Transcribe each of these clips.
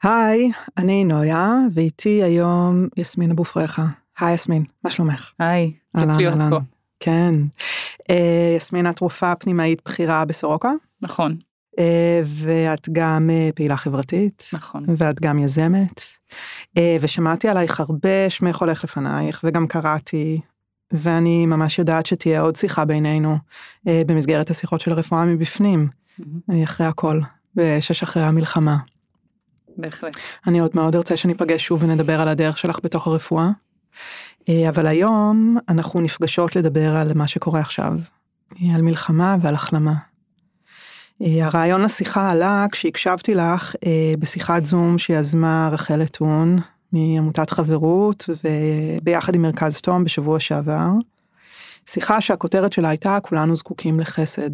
היי, אני נויה, ואיתי היום יסמין אבו פרחה. היי יסמין, מה שלומך? היי, כיף להיות פה. כן. יסמין, את רופאה פנימאית בכירה בסורוקה? נכון. ואת גם פעילה חברתית. נכון. ואת גם יזמת. ושמעתי עלייך הרבה, שמך הולך לפנייך, וגם קראתי, ואני ממש יודעת שתהיה עוד שיחה בינינו, במסגרת השיחות של הרפואה מבפנים, אחרי הכל, בשש אחרי המלחמה. בהחלט. אני עוד מאוד ארצה שניפגש שוב ונדבר על הדרך שלך בתוך הרפואה, אבל היום אנחנו נפגשות לדבר על מה שקורה עכשיו, על מלחמה ועל החלמה. הרעיון לשיחה עלה כשהקשבתי לך בשיחת זום שיזמה רחל לטון מעמותת חברות וביחד עם מרכז תום בשבוע שעבר, שיחה שהכותרת שלה הייתה כולנו זקוקים לחסד.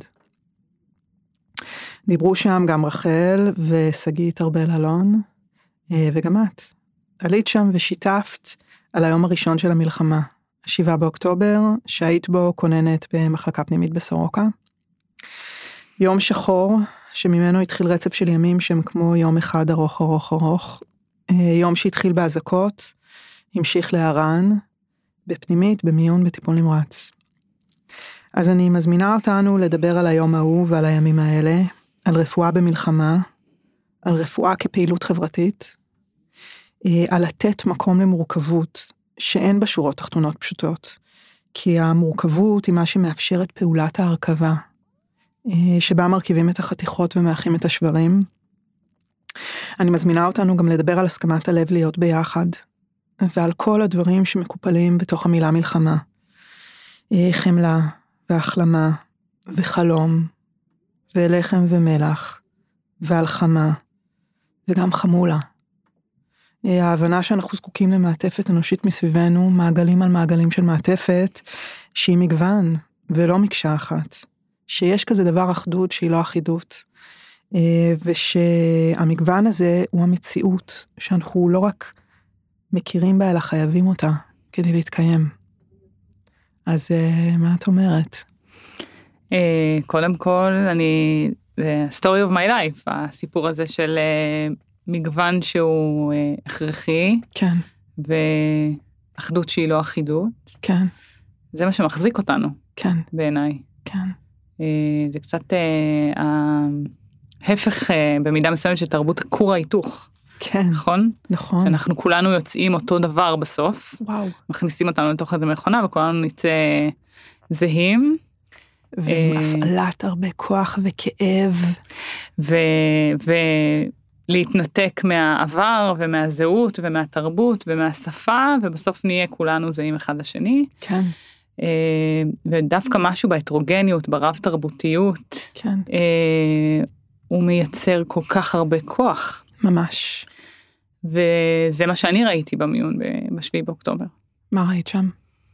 דיברו שם גם רחל ושגית ארבל אלון, וגם את. עלית שם ושיתפת על היום הראשון של המלחמה, 7 באוקטובר, שהיית בו כוננת במחלקה פנימית בסורוקה. יום שחור, שממנו התחיל רצף של ימים שהם כמו יום אחד ארוך ארוך ארוך. יום שהתחיל בהזקות, המשיך להרן, בפנימית, במיון, בטיפול נמרץ. אז אני מזמינה אותנו לדבר על היום ההוא ועל הימים האלה, על רפואה במלחמה, על רפואה כפעילות חברתית, על לתת מקום למורכבות, שאין בשורות תחתונות פשוטות, כי המורכבות היא מה שמאפשרת פעולת ההרכבה, שבה מרכיבים את החתיכות ומאחים את השברים. אני מזמינה אותנו גם לדבר על הסכמת הלב להיות ביחד, ועל כל הדברים שמקופלים בתוך המילה מלחמה, חמלה והחלמה וחלום, ולחם ומלח, והלחמה, וגם חמולה. ההבנה שאנחנו זקוקים למעטפת אנושית מסביבנו, מעגלים על מעגלים של מעטפת, שהיא מגוון ולא מקשה אחת. שיש כזה דבר אחדות שהיא לא אחידות. ושהמגוון הזה הוא המציאות, שאנחנו לא רק מכירים בה, אלא חייבים אותה כדי להתקיים. אז מה את אומרת? קודם כל, story of my life, הסיפור הזה של מגוון שהוא הכרחי, כן. ואחדות שהיא לא אחידות. כן. זה מה שמחזיק אותנו. כן. בעיניי. כן. זה קצת ההפך במידה מסוימת של תרבות הכור ההיתוך. כן. נכון? נכון. שאנחנו כולנו יוצאים אותו דבר בסוף. וואו. מכניסים אותנו לתוך איזה מכונה, וכולנו נצא זהים. ועם הפעלת הרבה כוח וכאב. ולהתנתק מהעבר ומהזהות ומהתרבות ומהשפה, ובסוף נהיה כולנו זהים אחד לשני. כן. ודווקא משהו בהטרוגניות, ברב תרבותיות, כן. הוא מייצר כל כך הרבה כוח. ממש. וזה מה שאני ראיתי במיון ב7 באוקטובר. מה ראית שם?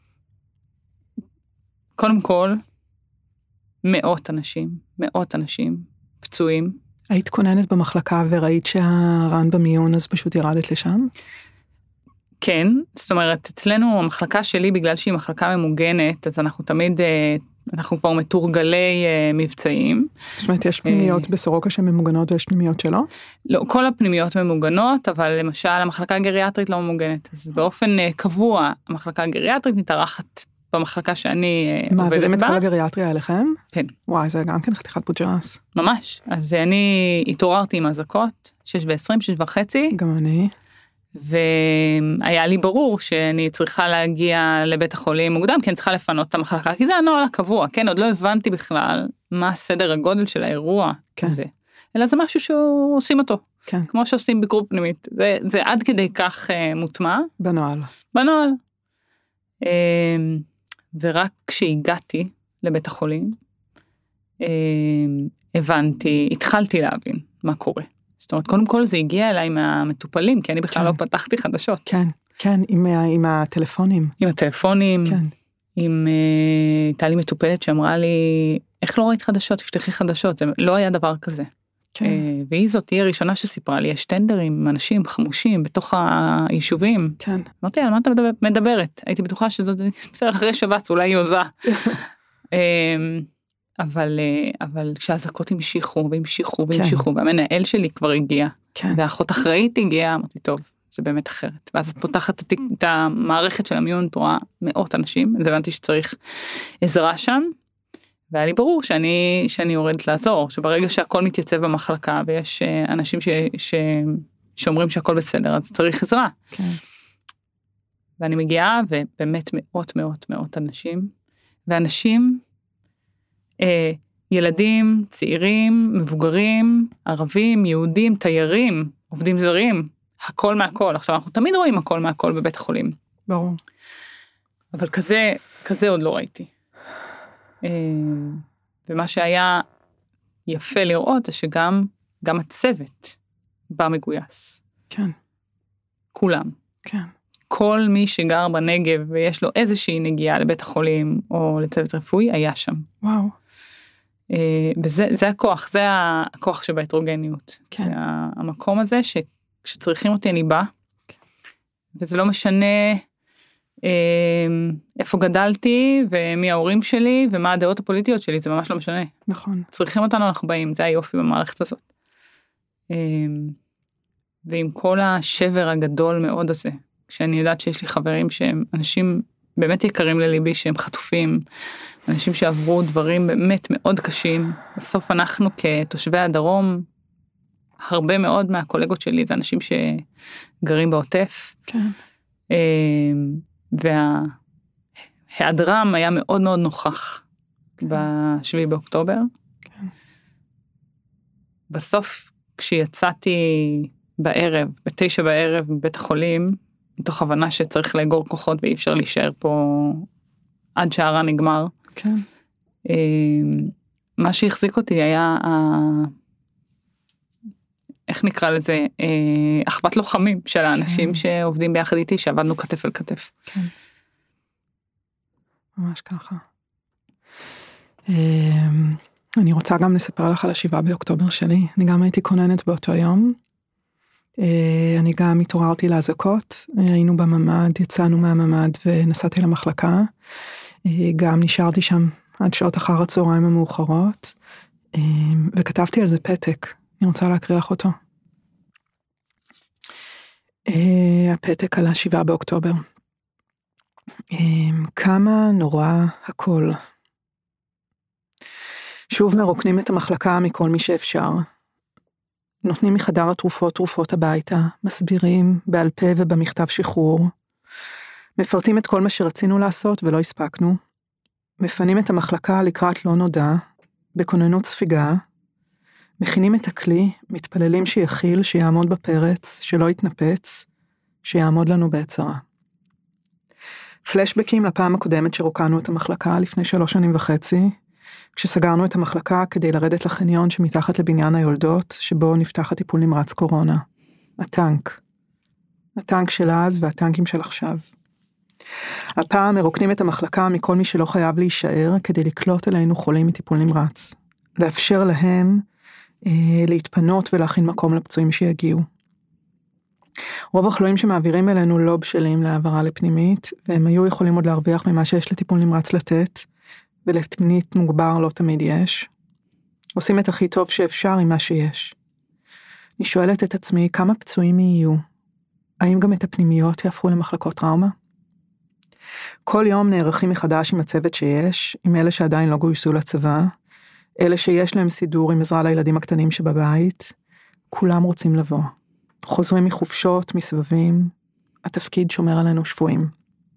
קודם כל, מאות אנשים פצועים. היית כוננת במחלקה וראית שהרן במיון, אז פשוט ירדת לשם? כן, זאת אומרת, אצלנו המחלקה שלי, בגלל שהיא מחלקה ממוגנת, אז אנחנו תמיד, אנחנו כבר מתורגלי מבצעים. זאת אומרת, יש פנימיות בסורוקה שממוגנות ויש פנימיות שלא? לא, כל הפנימיות ממוגנות, אבל למשל המחלקה הגריאטרית לא ממוגנת. אז באופן קבוע, המחלקה הגריאטרית מתארחת במחלקה שאני עובדת בה. מעבירים את כל הגריאטריה אליכם? כן. וואי, זה גם כן חתיכת בוג'רס. ממש. אז אני התעוררתי עם הזקות, 6:20, 6:30. גם אני. והיה לי ברור שאני צריכה להגיע לבית החולים מוקדם, כי אני צריכה לפנות את המחלקה, כי זה הנוהל הקבוע, כן? עוד לא הבנתי בכלל מה סדר הגודל של האירוע הזה. אלא זה משהו שעושים אותו. כן. כמו שעושים ביקור פנימית. זה עד כדי כך מוטמע. בנוהל. ורק כשהגעתי לבית החולים, התחלתי להבין מה קורה. זאת אומרת, קודם כל זה הגיע אליי מהמטופלים, כי אני בכלל לא פתחתי חדשות. כן, כן, עם הטלפונים. עם הטלפונים. כן. הייתה לי מטופלת שאמרה לי, איך לא ראית חדשות? תפתחי חדשות. זה לא היה דבר כזה. כן. והיא זאת, היא הראשונה שסיפרה לי, יש טנדרים, אנשים חמושים בתוך היישובים. כן. אמרתי, על מה אתה מדברת? הייתי בטוחה שזאת, אחרי שבץ, אולי היא עוזה. אבל כשהזעקות המשיכו והמשיכו והמשיכו, והמנהל שלי כבר הגיע, והאחות אחראית הגיעה, אמרתי, טוב, זה באמת אחרת. ואז את פותחת את המערכת של המיון, את רואה מאות אנשים, אז הבנתי שצריך עזרה שם, והיה לי ברור שאני יורדת לעזור, שברגע שהכל מתייצב במחלקה, ויש אנשים שאומרים שהכל בסדר, אז צריך עזרה. ואני מגיעה, ובאמת מאות אנשים, ואנשים, ילדים, צעירים, מבוגרים, ערבים, יהודים, תיירים, עובדים זרים, הכל מהכל. עכשיו אנחנו תמיד רואים הכל מהכל בבית החולים. ברור. אבל כזה עוד לא ראיתי. ומה שהיה יפה לראות זה שגם הצוות בא מגויס. כן. כולם. כן. כל מי שגר בנגב ויש לו איזושהי נגיעה לבית החולים או לצוות רפואי היה שם. וואו. וזה הכוח, זה הכוח שבהטרוגניות. כן. זה המקום הזה שכשצריכים אותי אני בא, וזה לא משנה איפה גדלתי ומי ההורים שלי ומה הדעות הפוליטיות שלי, זה ממש לא משנה. נכון. צריכים אותנו, אנחנו באים, זה היופי במערכת הזאת. ועם כל השבר הגדול מאוד הזה, כשאני יודעת שיש לי חברים שהם אנשים באמת יקרים לליבי, שהם חטופים, אנשים שעברו דברים באמת מאוד קשים, בסוף אנחנו כתושבי הדרום, הרבה מאוד מהקולגות שלי, זה אנשים שגרים בעוטף, כן. וההיעדרם היה מאוד מאוד נוכח, ב7 באוקטובר. כן. בסוף, כשיצאתי בערב, ב9 בערב מבית החולים, מתוך הבנה שצריך לאגור כוחות ואי אפשר להישאר פה עד שהרע נגמר. כן. מה שהחזיק אותי היה, איך נקרא לזה, אחוות לוחמים של האנשים שעובדים ביחד איתי, שעבדנו כתף אל כתף. כן. ממש ככה. אני רוצה גם לספר לך על 7 באוקטובר שלי, אני גם הייתי כוננת באותו יום, אני גם התעוררתי להזעקות, היינו בממד, יצאנו מהממד ונסעתי למחלקה, גם נשארתי שם עד שעות אחר הצהריים המאוחרות, וכתבתי על זה פתק, אני רוצה להקריא לך אותו. הפתק על 7 באוקטובר. כמה נורא הכל. שוב מרוקנים את המחלקה מכל מי שאפשר. נותנים מחדר התרופות תרופות הביתה, מסבירים בעל פה ובמכתב שחרור. מפרטים את כל מה שרצינו לעשות ולא הספקנו. מפנים את המחלקה לקראת לא נודע, בכוננות ספיגה. מכינים את הכלי, מתפללים שיחיל, שיעמוד בפרץ, שלא יתנפץ, שיעמוד לנו בהצרה. פלשבקים לפעם הקודמת שרוקנו את המחלקה לפני 3.5 שנים, כשסגרנו את המחלקה כדי לרדת לחניון שמתחת לבניין היולדות, שבו נפתח הטיפול נמרץ קורונה. הטנק. הטנק של אז והטנקים של עכשיו. הפעם מרוקנים את המחלקה מכל מי שלא חייב להישאר, כדי לקלוט אלינו חולים מטיפול נמרץ. לאפשר להם להתפנות ולהכין מקום לפצועים שיגיעו. רוב החולים שמעבירים אלינו לא בשלים להעברה לפנימית, והם היו יכולים עוד להרוויח ממה שיש לטיפול נמרץ לתת, ולפנימית מוגבר לא תמיד יש. עושים את הכי טוב שאפשר עם מה שיש. אני שואלת את עצמי כמה פצועים יהיו. האם גם את הפנימיות יהפכו למחלקות טראומה? כל יום נערכים מחדש עם הצוות שיש, עם אלה שעדיין לא גויסו לצבא, אלה שיש להם סידור עם עזרה לילדים הקטנים שבבית, כולם רוצים לבוא. חוזרים מחופשות, מסבבים, התפקיד שומר עלינו שבויים.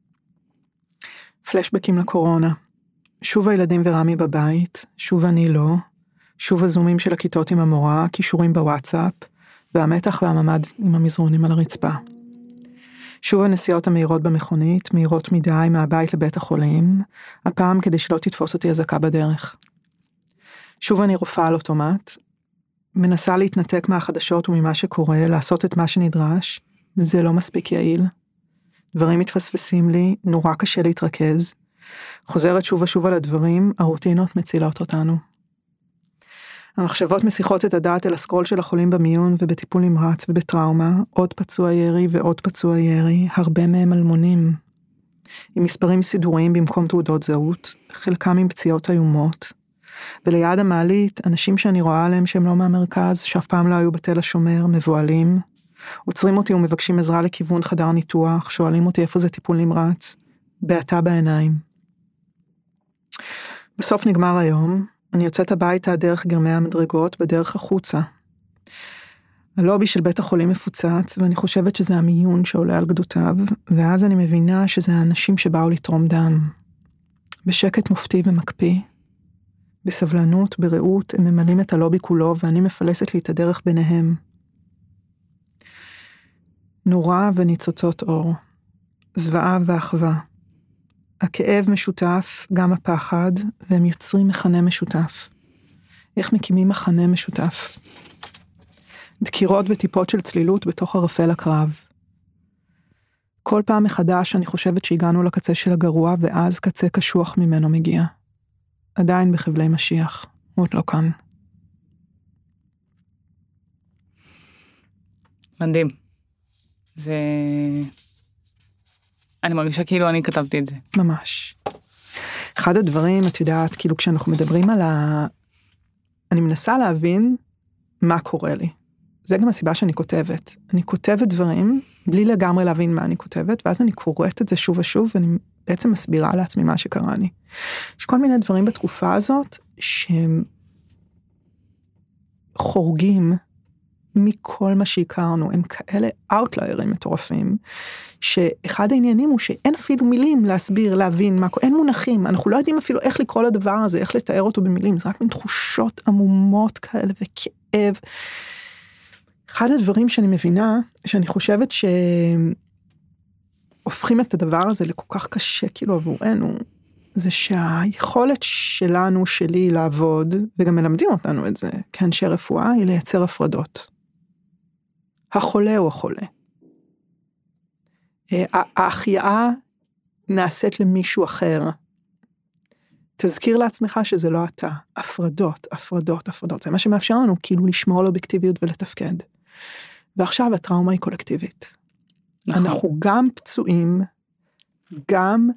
פלשבקים לקורונה. שוב הילדים ורמי בבית, שוב אני לא, שוב הזומים של הכיתות עם המורה, קישורים בוואטסאפ, והמתח והממד עם המזרונים על הרצפה. שוב הנסיעות המהירות במכונית, מהירות מדי מהבית לבית החולים, הפעם כדי שלא תתפוס אותי הזעקה בדרך. שוב אני רופאה על אוטומט, מנסה להתנתק מהחדשות וממה שקורה, לעשות את מה שנדרש, זה לא מספיק יעיל. דברים מתפספסים לי, נורא קשה להתרכז, חוזרת שוב ושוב על הדברים, הרוטינות מצילות אותנו. המחשבות מסיחות את הדעת אל הסקרול של החולים במיון ובטיפול נמרץ ובטראומה, עוד פצוע ירי ועוד פצוע ירי, הרבה מהם אלמונים. עם מספרים סידוריים במקום תעודות זהות, חלקם עם פציעות איומות. וליד המעלית, אנשים שאני רואה עליהם שהם לא מהמרכז, שאף פעם לא היו בתל השומר, מבועלים, עוצרים אותי ומבקשים עזרה לכיוון חדר ניתוח, שואלים אותי איפה זה טיפול נמרץ, בעתה בעיניים. בסוף נגמר היום, אני יוצאת הביתה דרך גרמי המדרגות, בדרך החוצה. הלובי של בית החולים מפוצץ, ואני חושבת שזה המיון שעולה על גדותיו, ואז אני מבינה שזה האנשים שבאו לתרום דם. בשקט מופתי ומקפיא, בסבלנות, ברעות, הם ממלאים את הלובי כולו, ואני מפלסת לי את הדרך ביניהם. נורה וניצוצות אור, זוועה ואחווה. הכאב משותף, גם הפחד, והם יוצרים מחנה משותף. איך מקימים מחנה משותף? דקירות וטיפות של צלילות בתוך ערפל הקרב. כל פעם מחדש אני חושבת שהגענו לקצה של הגרוע, ואז קצה קשוח ממנו מגיע. עדיין בחבלי משיח, הוא עוד לא כאן. מדהים. אני מרגישה כאילו אני כתבתי את זה. ממש. אחד הדברים, את יודעת, כאילו כשאנחנו מדברים על אני מנסה להבין מה קורה לי. זה גם הסיבה שאני כותבת. אני כותבת דברים, בלי לגמרי להבין מה אני כותבת, ואז אני קוראת את זה שוב ושוב, ואני בעצם מסבירה לעצמי מה שקרה לי. יש כל מיני דברים בתקופה הזאת, שהם חורגים מכל מה שהכרנו, הם כאלה אאוטליירים מטורפים, שאחד העניינים הוא שאין אפילו מילים להסביר, להבין מה, אין מונחים, אנחנו לא יודעים אפילו איך לקרוא לדבר הזה, איך לתאר אותו במילים, זה רק מין תחושות עמומות כאלה וכאב. אחד הדברים שאני מבינה, שאני חושבת שהופכים את הדבר הזה לכל כך קשה כאילו עבורנו, זה שהיכולת שלנו, שלי לעבוד, וגם מלמדים אותנו את זה, כאנשי רפואה, היא לייצר הפרדות. החולה הוא החולה. ההחייאה נעשית למישהו אחר. תזכיר לעצמך שזה לא אתה. הפרדות, הפרדות, הפרדות. זה מה שמאפשר לנו כאילו לשמור על אובייקטיביות ולתפקד. ועכשיו הטראומה היא קולקטיבית. נכון. אנחנו גם פצועים, גם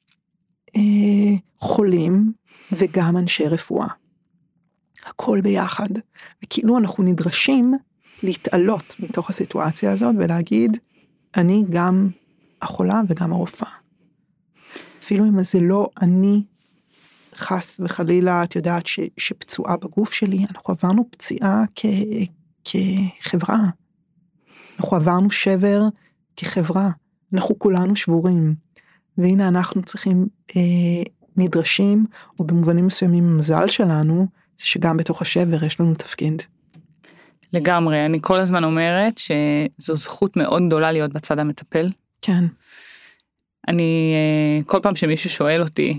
חולים, וגם אנשי רפואה. הכל ביחד. וכאילו אנחנו נדרשים להתעלות מתוך הסיטואציה הזאת, ולהגיד, אני גם החולה וגם הרופאה. אפילו אם זה לא אני חס וחלילה, את יודעת שפצועה בגוף שלי, אנחנו עברנו פציעה כחברה. אנחנו עברנו שבר כחברה. אנחנו כולנו שבורים. והנה אנחנו צריכים, נדרשים, או במובנים מסוימים המזל שלנו, זה שגם בתוך השבר יש לנו תפקיד. לגמרי, אני כל הזמן אומרת שזו זכות מאוד גדולה להיות בצד המטפל. כן. אני, כל פעם שמישהו שואל אותי,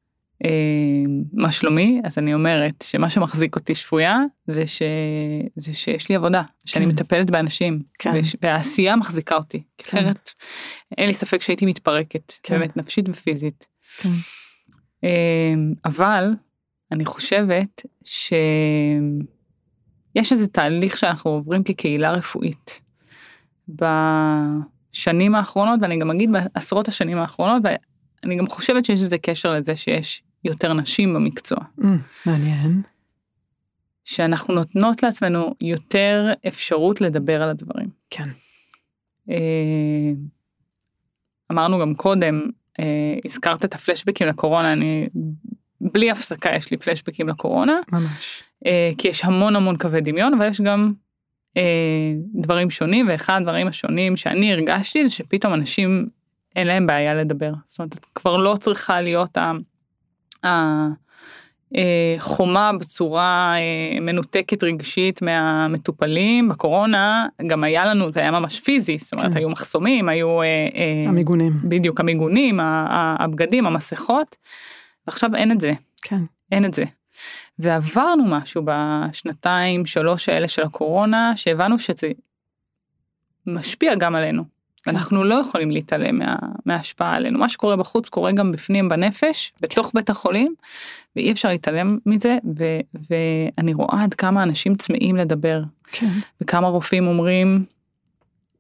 מה שלומי, אז אני אומרת שמה שמחזיק אותי שפויה, זה שיש לי עבודה, שאני מטפלת באנשים, והעשייה מחזיקה אותי, כי אחרת אין לי ספק שהייתי מתפרקת, באמת נפשית ופיזית. אבל אני חושבת שיש איזה תהליך שאנחנו עוברים כקהילה רפואית, בשנים האחרונות, ואני גם אגיד בעשרות השנים האחרונות, ואני גם חושבת שיש איזה קשר לזה שיש יותר נשים במקצוע. מעניין. שאנחנו נותנות לעצמנו יותר אפשרות לדבר על הדברים. כן. אמרנו גם קודם, הזכרת את הפלשבקים לקורונה, בלי הפסקה יש לי פלשבקים לקורונה. ממש. כי יש המון המון קווי דמיון, אבל יש גם דברים שונים, ואחד הדברים השונים שאני הרגשתי, זה שפתאום אנשים אין להם בעיה לדבר. זאת אומרת, את כבר לא צריכה להיות חומה בצורה מנותקת רגשית מהמטופלים. בקורונה גם היה לנו, זה היה ממש פיזי, זאת אומרת, היו מחסומים, היו המיגונים. בדיוק, המיגונים, הבגדים, המסכות, ועכשיו אין את זה. כן. אין את זה. ועברנו משהו בשנתיים, 3 האלה של הקורונה, שהבנו שזה משפיע גם עלינו. אנחנו לא יכולים להתעלם מההשפעה עלינו. מה שקורה בחוץ קורה גם בפנים בנפש, בתוך בית החולים, ואי אפשר להתעלם מזה, ואני רואה עד כמה אנשים צמאים לדבר. וכמה רופאים אומרים,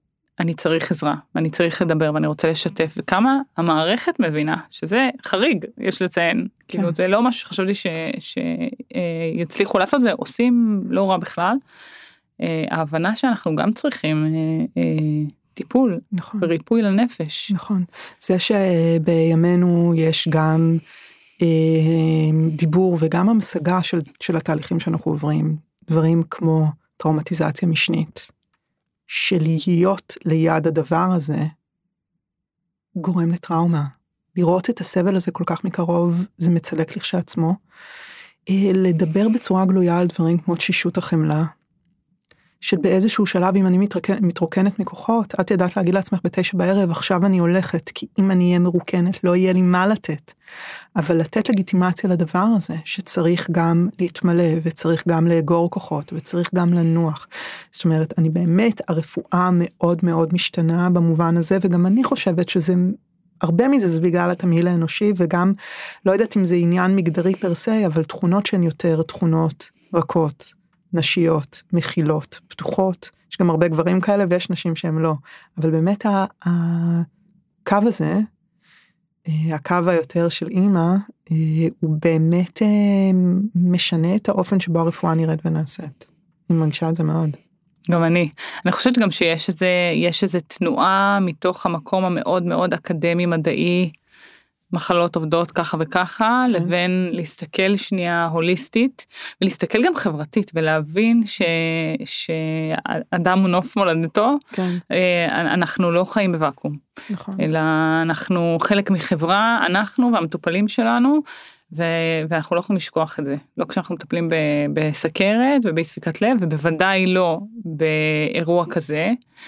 אני צריך עזרה, ואני צריך לדבר, ואני רוצה לשתף, וכמה המערכת מבינה, שזה חריג, יש לציין, כאילו זה לא משהו שחשבתי שיצליחו לעשות, ועושים לא רע בכלל, ההבנה שאנחנו גם צריכים טיפול, נכון. וריפוי לנפש. נכון, זה שבימינו יש גם דיבור, וגם המשגה של התהליכים שאנחנו עוברים, דברים כמו טראומטיזציה משנית, שלהיות ליד הדבר הזה, גורם לטראומה. לראות את הסבל הזה כל כך מקרוב, זה מצלק לכשעצמו. לדבר בצורה גלויה על דברים כמו תשישות החמלה, שבאיזשהו שלב, אם אני מתרוקנת מכוחות, את ידעת להגיד לעצמך ב9 בערב, עכשיו אני הולכת, כי אם אני אהיה מרוקנת, לא יהיה לי מה לתת. אבל לתת לגיטימציה לדבר הזה, שצריך גם להתמלא, וצריך גם לאגור כוחות, וצריך גם לנוח. זאת אומרת, אני באמת, הרפואה מאוד מאוד משתנה במובן הזה, וגם אני חושבת שזה, הרבה מזה זה בגלל התמהיל האנושי, וגם, לא יודעת אם זה עניין מגדרי פרסי, אבל תכונות שהן יותר תכונות רכות, נשיות, מכילות, פתוחות, יש גם הרבה גברים כאלה ויש נשים שהם לא, אבל באמת הקו הזה, הקו היותר של אימא, הוא באמת משנה את האופן שבו הרפואה נראית ונעשית. אני מרגישה את זה מאוד. גם אני חושבת גם שיש איזה תנועה מתוך המקום המאוד מאוד אקדמי מדעי, מחלות עובדות ככה וככה, כן. לבין להסתכל שנייה הוליסטית, ולהסתכל גם חברתית, ולהבין שאדם הוא נוף מולדתו, כן. אנחנו לא חיים בוואקום, נכון. אלא אנחנו חלק מחברה, אנחנו והמטופלים שלנו, ואנחנו לא יכולים לשכוח את זה, לא כשאנחנו מטפלים בסכרת ובספיקת לב, ובוודאי לא באירוע כזה,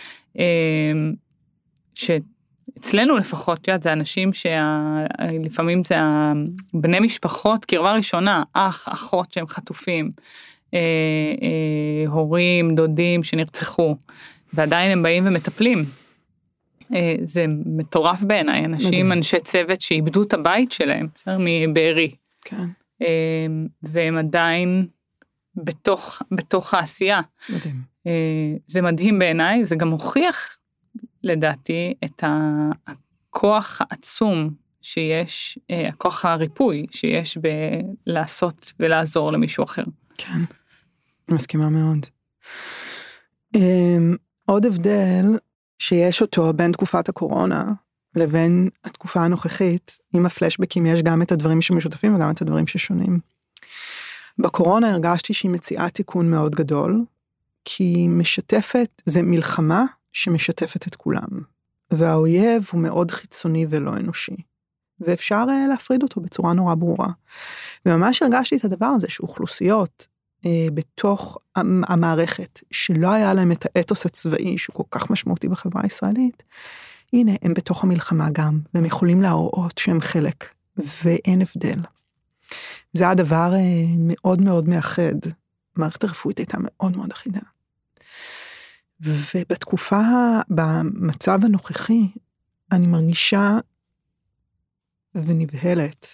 אצלנו לפחות, זה אנשים שלפעמים זה בני משפחות, קרבה ראשונה, אח, אחות שהם חטופים, הורים, דודים שנרצחו, ועדיין הם באים ומטפלים. זה מטורף בעיניי, אנשים, אנשי צוות שאיבדו את הבית שלהם, מבארי. כן. והם עדיין בתוך העשייה. מדהים. זה מדהים בעיניי, זה גם מוכיח לדעתי את הכוח העצום שיש, הכוח הריפוי שיש בלעשות ולעזור למישהו אחר. כן, אני מסכימה מאוד. עוד הבדל שיש אותו בין תקופת הקורונה לבין התקופה הנוכחית, עם הפלשבקים יש גם את הדברים שמשותפים וגם את הדברים ששונים. בקורונה הרגשתי שהיא מציעה תיקון מאוד גדול, כי היא משתפת, זה מלחמה, שמשתפת את כולם, והאויב הוא מאוד חיצוני ולא אנושי, ואפשר להפריד אותו בצורה נורא ברורה, וממש הרגשתי את הדבר הזה, שאוכלוסיות בתוך המערכת, שלא היה להם את האתוס הצבאי, שהוא כל כך משמעותי בחברה הישראלית, הנה, הם בתוך המלחמה גם, והם יכולים להראות שהם חלק, ואין הבדל. זה הדבר מאוד מאוד מאחד, המערכת הרפואית הייתה מאוד מאוד אחידה, ובתקופה, במצב הנוכחי, אני מרגישה ונבהלת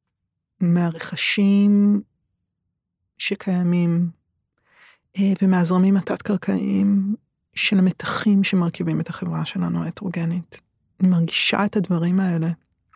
מהרכשים שקיימים, ומהזרמים התת-קרקעיים של המתחים שמרכיבים את החברה שלנו ההטרוגנית. אני מרגישה את הדברים האלה.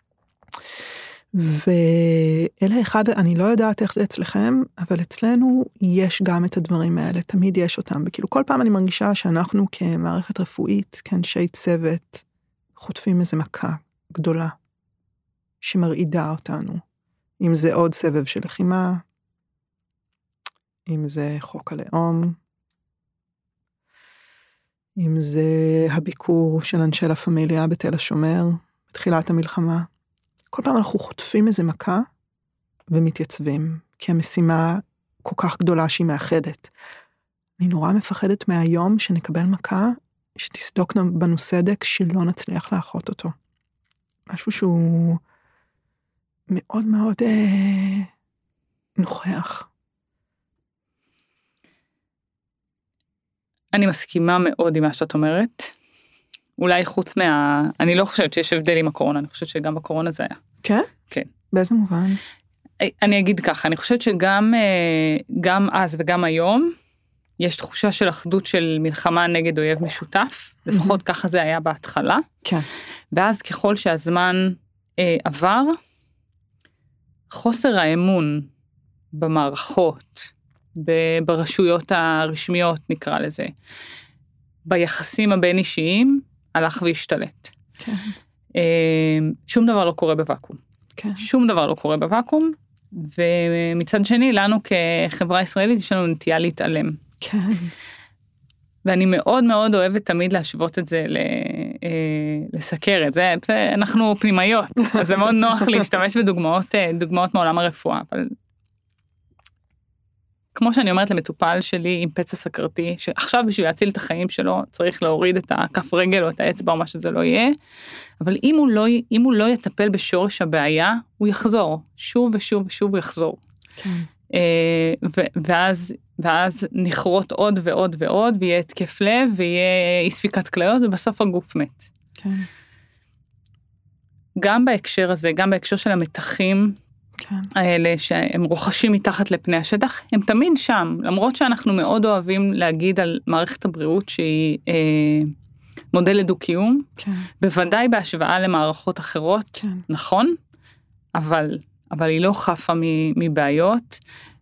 ואלה אחד, אני לא יודעת איך זה אצלכם, אבל אצלנו יש גם את הדברים האלה, תמיד יש אותם, וכאילו כל פעם אני מרגישה שאנחנו כמערכת רפואית, כאנשי צוות, חוטפים איזו מכה גדולה, שמרעידה אותנו, אם זה עוד סבב של לחימה, אם זה חוק הלאום, אם זה הביקור של אנשי לה פמיליה בתל השומר, בתחילת המלחמה, כל פעם אנחנו חוטפים איזה מכה, ומתייצבים, כי המשימה כל כך גדולה שהיא מאחדת. אני נורא מפחדת מהיום שנקבל מכה, שתסדוק בנו סדק שלא נצליח לאחות אותו. משהו שהוא מאוד מאוד נוכח. אני מסכימה מאוד עם מה שאת אומרת. אולי חוץ אני לא חושבת שיש הבדל עם הקורונה, אני חושבת שגם בקורונה זה היה. כן? כן. באיזה מובן? אני אגיד ככה, אני חושבת שגם אז וגם היום, יש תחושה של אחדות של מלחמה נגד אויב משותף, לפחות ככה זה היה בהתחלה. כן. ואז ככל שהזמן עבר, חוסר האמון במערכות, ברשויות הרשמיות נקרא לזה, ביחסים הבין אישיים, הלך והשתלט. כן. שום דבר לא קורה בוואקום. כן. שום דבר לא קורה בוואקום, ומצד שני, לנו כחברה ישראלית, יש לנו נטייה להתעלם. כן. ואני מאוד מאוד אוהבת תמיד להשוות את זה לסכרת. זה, אנחנו פנימיות, אז זה מאוד נוח להשתמש בדוגמאות מעולם הרפואה, אבל כמו שאני אומרת למטופל שלי עם פצע סכרתי, שעכשיו בשביל להציל את החיים שלו, צריך להוריד את הכף רגל או את האצבע או מה שזה לא יהיה, אבל אם הוא לא יטפל בשורש הבעיה, הוא יחזור, שוב ושוב ושוב הוא יחזור. כן. ואז נכרות עוד ועוד ועוד, ויהיה התקף לב, ויהיה אי ספיקת כליות, ובסוף הגוף מת. כן. גם בהקשר הזה, גם בהקשר של המתחים, כן. האלה שהם רוכשים מתחת לפני השטח, הם תמיד שם, למרות שאנחנו מאוד אוהבים להגיד על מערכת הבריאות שהיא מודל לדו-קיום, כן. בוודאי בהשוואה למערכות אחרות, כן. נכון, אבל היא לא חפה מבעיות,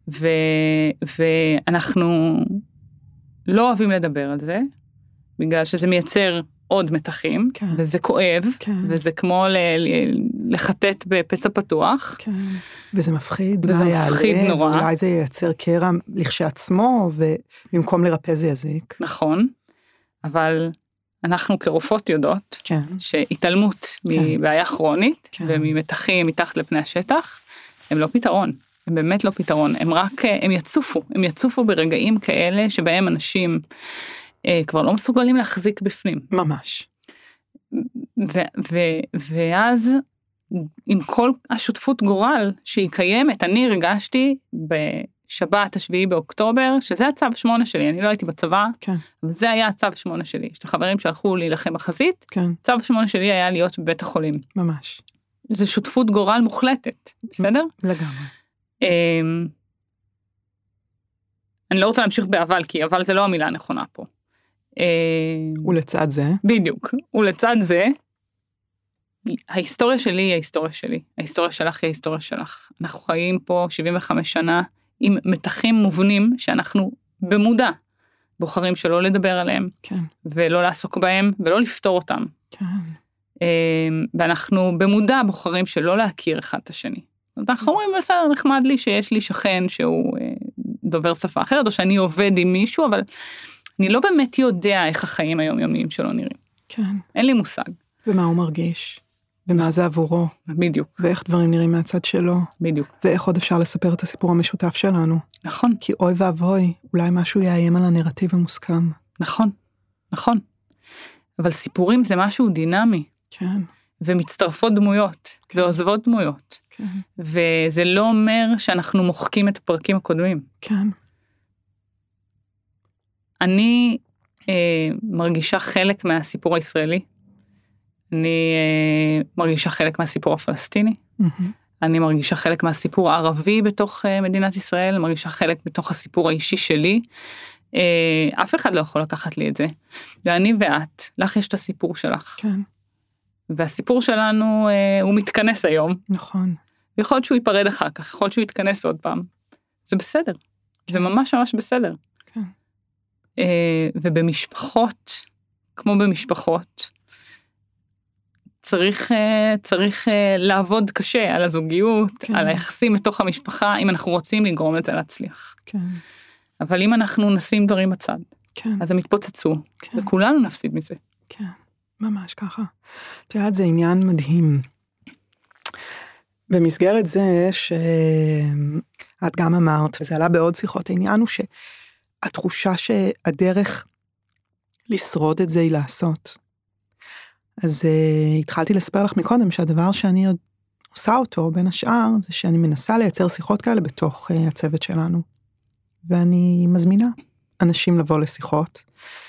ואנחנו לא אוהבים לדבר על זה, בגלל שזה מייצר עוד מתחים, כן. וזה כואב, כן. וזה כמו לחטט בפצע פתוח. כן. וזה מפחיד, וזה מפחיד נורא. ואולי זה ייצר קרע לכשעצמו, ובמקום לרפא זה יזיק. נכון, אבל אנחנו כרופאות יודעות, כן. שהתעלמות מבעיה כרונית, כן. וממתחים מתחת לפני השטח, הם לא פתרון. הם באמת לא פתרון, הם יצופו ברגעים כאלה שבהם אנשים כבר לא מסוגלים להחזיק בפנים. ממש. ואז עם כל השותפות גורל שהיא קיימת, אני הרגשתי בשבת השביעי באוקטובר, שזה הצו 8 שלי, אני לא הייתי בצבא, כן. אבל זה היה הצו 8 שלי. יש חברים שהלכו להילחם בחזית, כן. צו 8 שלי היה להיות בבית החולים. ממש. זה שותפות גורל מוחלטת, בסדר? לגמרי. אני לא רוצה להמשיך באבל, כי אבל זה לא המילה הנכונה פה. ולצד זה. בדיוק. ולצד זה, ההיסטוריה שלי היא ההיסטוריה שלי. ההיסטוריה שלך היא ההיסטוריה שלך. אנחנו חיים פה 75 שנה עם מתחים מובנים שאנחנו במודע בוחרים שלא לדבר עליהם, כן. ולא לעסוק בהם, ולא לפתור אותם. כן. ואנחנו במודע בוחרים שלא להכיר אחד את השני. אנחנו אומרים, בסדר, נחמד לי שיש לי שכן שהוא דובר שפה אחרת, או שאני עובד עם מישהו, אבל אני לא באמת יודע איך החיים היומיומיים שלו נראים. כן. אין לי מושג. ומה הוא מרגיש, ומה זה עבורו. בדיוק. ואיך דברים נראים מהצד שלו. בדיוק. ואיך עוד אפשר לספר את הסיפור המשותף שלנו. נכון. כי אוי ואבוי, אולי משהו יאיים על הנרטיב המוסכם. נכון, נכון. אבל סיפורים זה משהו דינמי. כן. ומצטרפות דמויות, כן. ועוזבות דמויות. כן. וזה לא אומר שאנחנו מוחקים את הפרקים הקודמים. כן. אני מרגישה חלק מהסיפור הישראלי. אני מרגישה חלק מהסיפור הפלסטיני. אני מרגישה חלק מהסיפור הערבי בתוך מדינת ישראל. אני מרגישה חלק בתוך הסיפור האישי שלי. אף אחד לא יכול לקחת לי את זה. ואני ואת, לך יש את הסיפור שלך. כן. והסיפור שלנו הוא מתכנס היום. נכון. ויכול להיות שהוא ייפרד אחר כך, יכול להיות שהוא יתכנס עוד פעם. זה בסדר. כן. זה ממש ממש בסדר. כן. ובמשפחות, כמו במשפחות, צריך לעבוד קשה על הזוגיות, כן. על היחסים בתוך המשפחה, אם אנחנו רוצים לגרום לזה להצליח. כן. אבל אם אנחנו נשים דברים בצד, כן. אז הם יתפוצצו, כן. וכולנו נפסיד מזה. כן, ממש ככה. את יודעת, זה עניין מדהים. במסגרת זה שאת גם אמרת, וזה עלה בעוד שיחות, העניין הוא שהתחושה שהדרך לשרוד את זה היא לעשות. אז התחלתי לספר לך מקודם שהדבר שאני עוד עושה אותו בין השאר, זה שאני מנסה לייצר שיחות כאלה בתוך הצוות שלנו. ואני מזמינה אנשים לבוא לשיחות.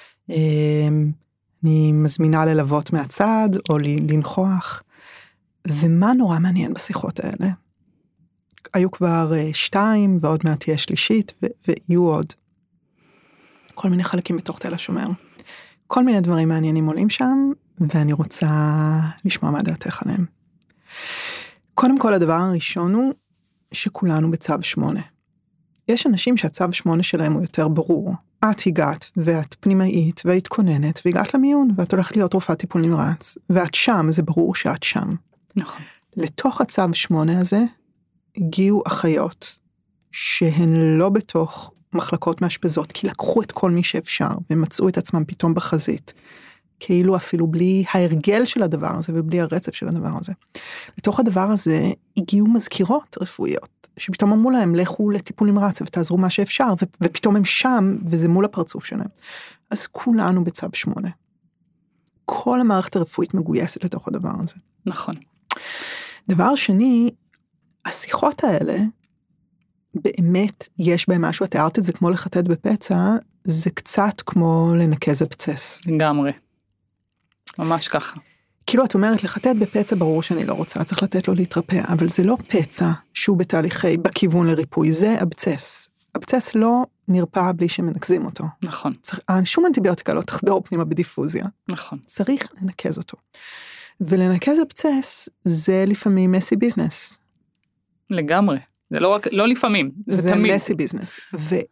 אני מזמינה ללוות מהצד או לנכוח. ומה נורא מעניין בשיחות האלה? היו כבר 2 ועוד מעט תהיה שלישית ויהיו עוד. כל מיני חלקים בתוך תל השומר. כל מיני דברים מעניינים עולים שם, ואני רוצה לשמוע מה דעתך עליהם. קודם כל, הדבר הראשון הוא שכולנו בצו 8. יש אנשים שהצו 8 שלהם הוא יותר ברור. את הגעת, ואת פנימאית, והתכוננת, והגעת למיון, ואת הולכת להיות רופאת טיפול נמרץ, ואת שם, זה ברור שאת שם. נכון. לתוך הצו 8 הזה, הגיעו אחיות, שהן לא בתוך מחלקות מאשפזות, כי לקחו את כל מי שאפשר, ומצאו את עצמם פתאום בחזית, כאילו אפילו בלי ההרגל של הדבר הזה, ובלי הרצף של הדבר הזה. לתוך הדבר הזה, הגיעו מזכירות רפואיות, שפתאום אמרו להם, לכו לטיפול נמרץ, ותעזרו מה שאפשר, ופתאום הם שם, וזה מול הפרצוף שלהם. אז כולנו בצו 8. כל המערכת הרפואית מגויסת לתוך הדבר הזה. נכון. דבר שני, השיחות האלה, באמת יש בהם משהו, את תיארת את זה כמו לחטט בפצע, זה קצת כמו לנקז אבצס. לגמרי. ממש ככה. כאילו את אומרת, לחטט בפצע ברור שאני לא רוצה, צריך לתת לו להתרפא, אבל זה לא פצע שהוא בתהליכי, בכיוון לריפוי, זה אבצס. אבצס לא נרפא בלי שמנקזים אותו. נכון. שום אנטיביוטיקה לא תחדור פנימה בדיפוזיה. נכון. צריך לנקז אותו. ולנקז אבצס זה לפעמים מסי ביזנס. לגמרי. זה לא רק, לא לפעמים, זה תמיד. זה מסי ביזנס.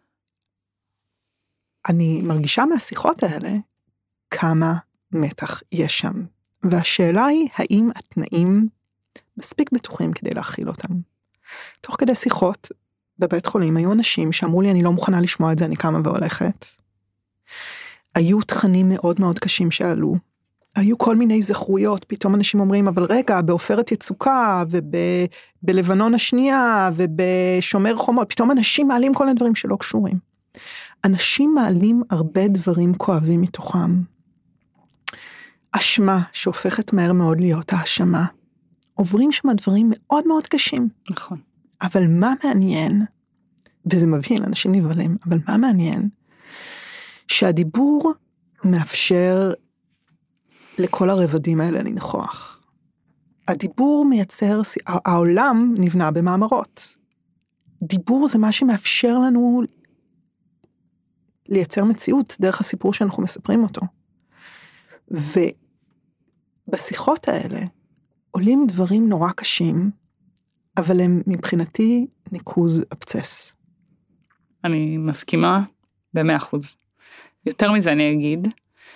ואני מרגישה מהשיחות האלה כמה מתח יש שם. והשאלה היא, האם התנאים מספיק בטוחים כדי להכיל אותם? תוך כדי שיחות בבית חולים, היו אנשים שאמרו לי, אני לא מוכנה לשמוע את זה, אני קמה והולכת. היו תכנים מאוד מאוד קשים שעלו. היו כל מיני זכרויות, פתאום אנשים אומרים, אבל רגע, בעופרת יצוקה, ובלבנון השנייה, ובשומר חומות, פתאום אנשים מעלים כל מיני דברים שלא קשורים. אנשים מעלים הרבה דברים כואבים מתוכם. אשמה שהופכת מהר מאוד להיות האשמה. עוברים שם דברים מאוד מאוד קשים. נכון. אבל מה מעניין, וזה מבהיל, אנשים נבהלים, אבל מה מעניין? שהדיבור מאפשר לכל הרבדים האלה לנכוח. הדיבור מייצר, העולם נבנה במאמרות. דיבור זה מה שמאפשר לנו לייצר מציאות דרך הסיפור שאנחנו מספרים אותו. ובשיחות האלה עולים דברים נורא קשים, אבל הם מבחינתי ניקוז אבצס. אני מסכימה ב100%. יותר מזה אני אגיד,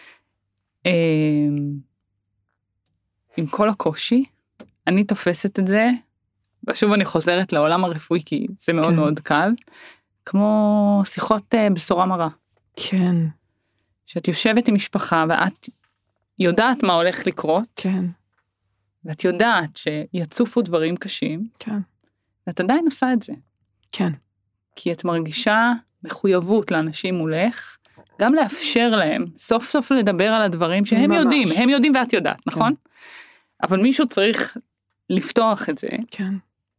עם כל הקושי, אני תופסת את זה, ושוב אני חוזרת לעולם הרפואי, כי זה מאוד מאוד קל, כמו שיחות בשורה מרה. כן. שאת יושבת עם משפחה, ואת יודעת מה הולך לקרות, כן. ואת יודעת שיצופו דברים קשים, כן. ואת עדיין עושה את זה. כן. כי את מרגישה מחויבות לאנשים מולך, גם לאפשר להם סוף סוף לדבר על הדברים שהם ממש. יודעים, הם יודעים ואת יודעת, נכון? כן. אבל מישהו צריך לפתוח את זה. כן.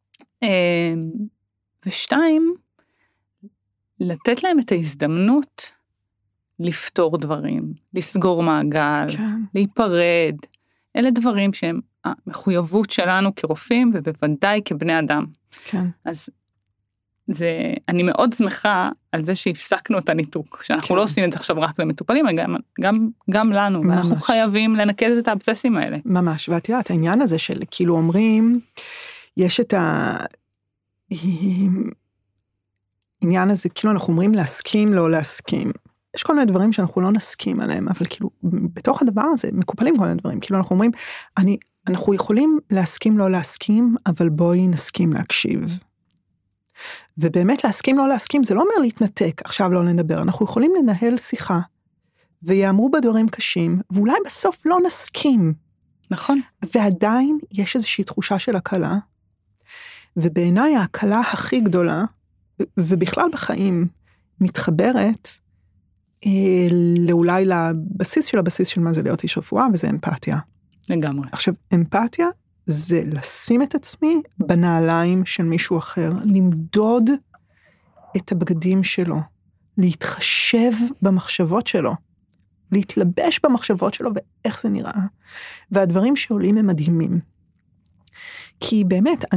ושתיים, לתת להם את ההזדמנות לפתור דברים, לסגור מעגל, כן. להיפרד. אלה דברים שהם המחויבות שלנו כרופאים ובוודאי כבני אדם. כן. אז אני מאוד שמחה על זה שהפסקנו את הניתוק, שאנחנו כן. לא עושים את זה עכשיו רק למטופלים, גם לנו, ממש. ואנחנו חייבים לנקז את האבצסים האלה. ממש, ואת יודעת, העניין הזה של כאילו אומרים, יש את העניין הזה, כאילו אנחנו אומרים להסכים, לא להסכים. יש כל מיני דברים שאנחנו לא נסכים עליהם, אבל כאילו בתוך הדבר הזה מקופלים כל מיני דברים, כאילו אנחנו אומרים, אנחנו יכולים להסכים, לא להסכים, אבל בואי נסכים להקשיב. ובאמת להסכים לא להסכים, זה לא אומר להתנתק, עכשיו לא נדבר, אנחנו יכולים לנהל שיחה, ויאמרו בדברים קשים, ואולי בסוף לא נסכים. נכון. ועדיין יש איזושהי תחושה של הקלה, ובעיניי ההקלה הכי גדולה, ובכלל בחיים, מתחברת, לאולי לבסיס של מה זה להיות איש רפואה, וזה אמפתיה. לגמרי. עכשיו, אמפתיה, זה לשים את עצמי בנעליים של מישהו אחר, למדוד את הבגדים שלו, להתחשב במחשבות שלו, להתלבש במחשבות שלו ואיך זה נראה. והדברים שעולים הם מדהימים. כי באמת,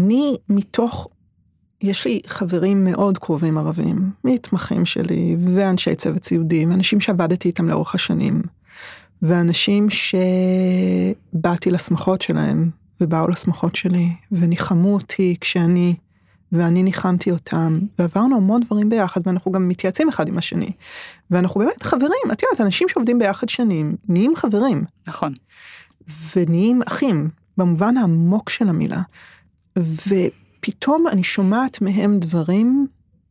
יש לי חברים מאוד קרובים ערבים, מתמחים שלי ואנשי צוות סיעודי, ואנשים שעבדתי איתם לאורך השנים. ואנשים שבאתי לשמחות שלהם, ובאו לשמחות שלי, וניחמו אותי ואני ניחמתי אותם, ועברנו המון דברים ביחד, ואנחנו גם מתייעצים אחד עם השני, ואנחנו באמת חברים, את יודעת, אנשים שעובדים ביחד שנים, נהיים חברים. נכון. ונהיים אחים, במובן העמוק של המילה, ופתאום אני שומעת מהם דברים,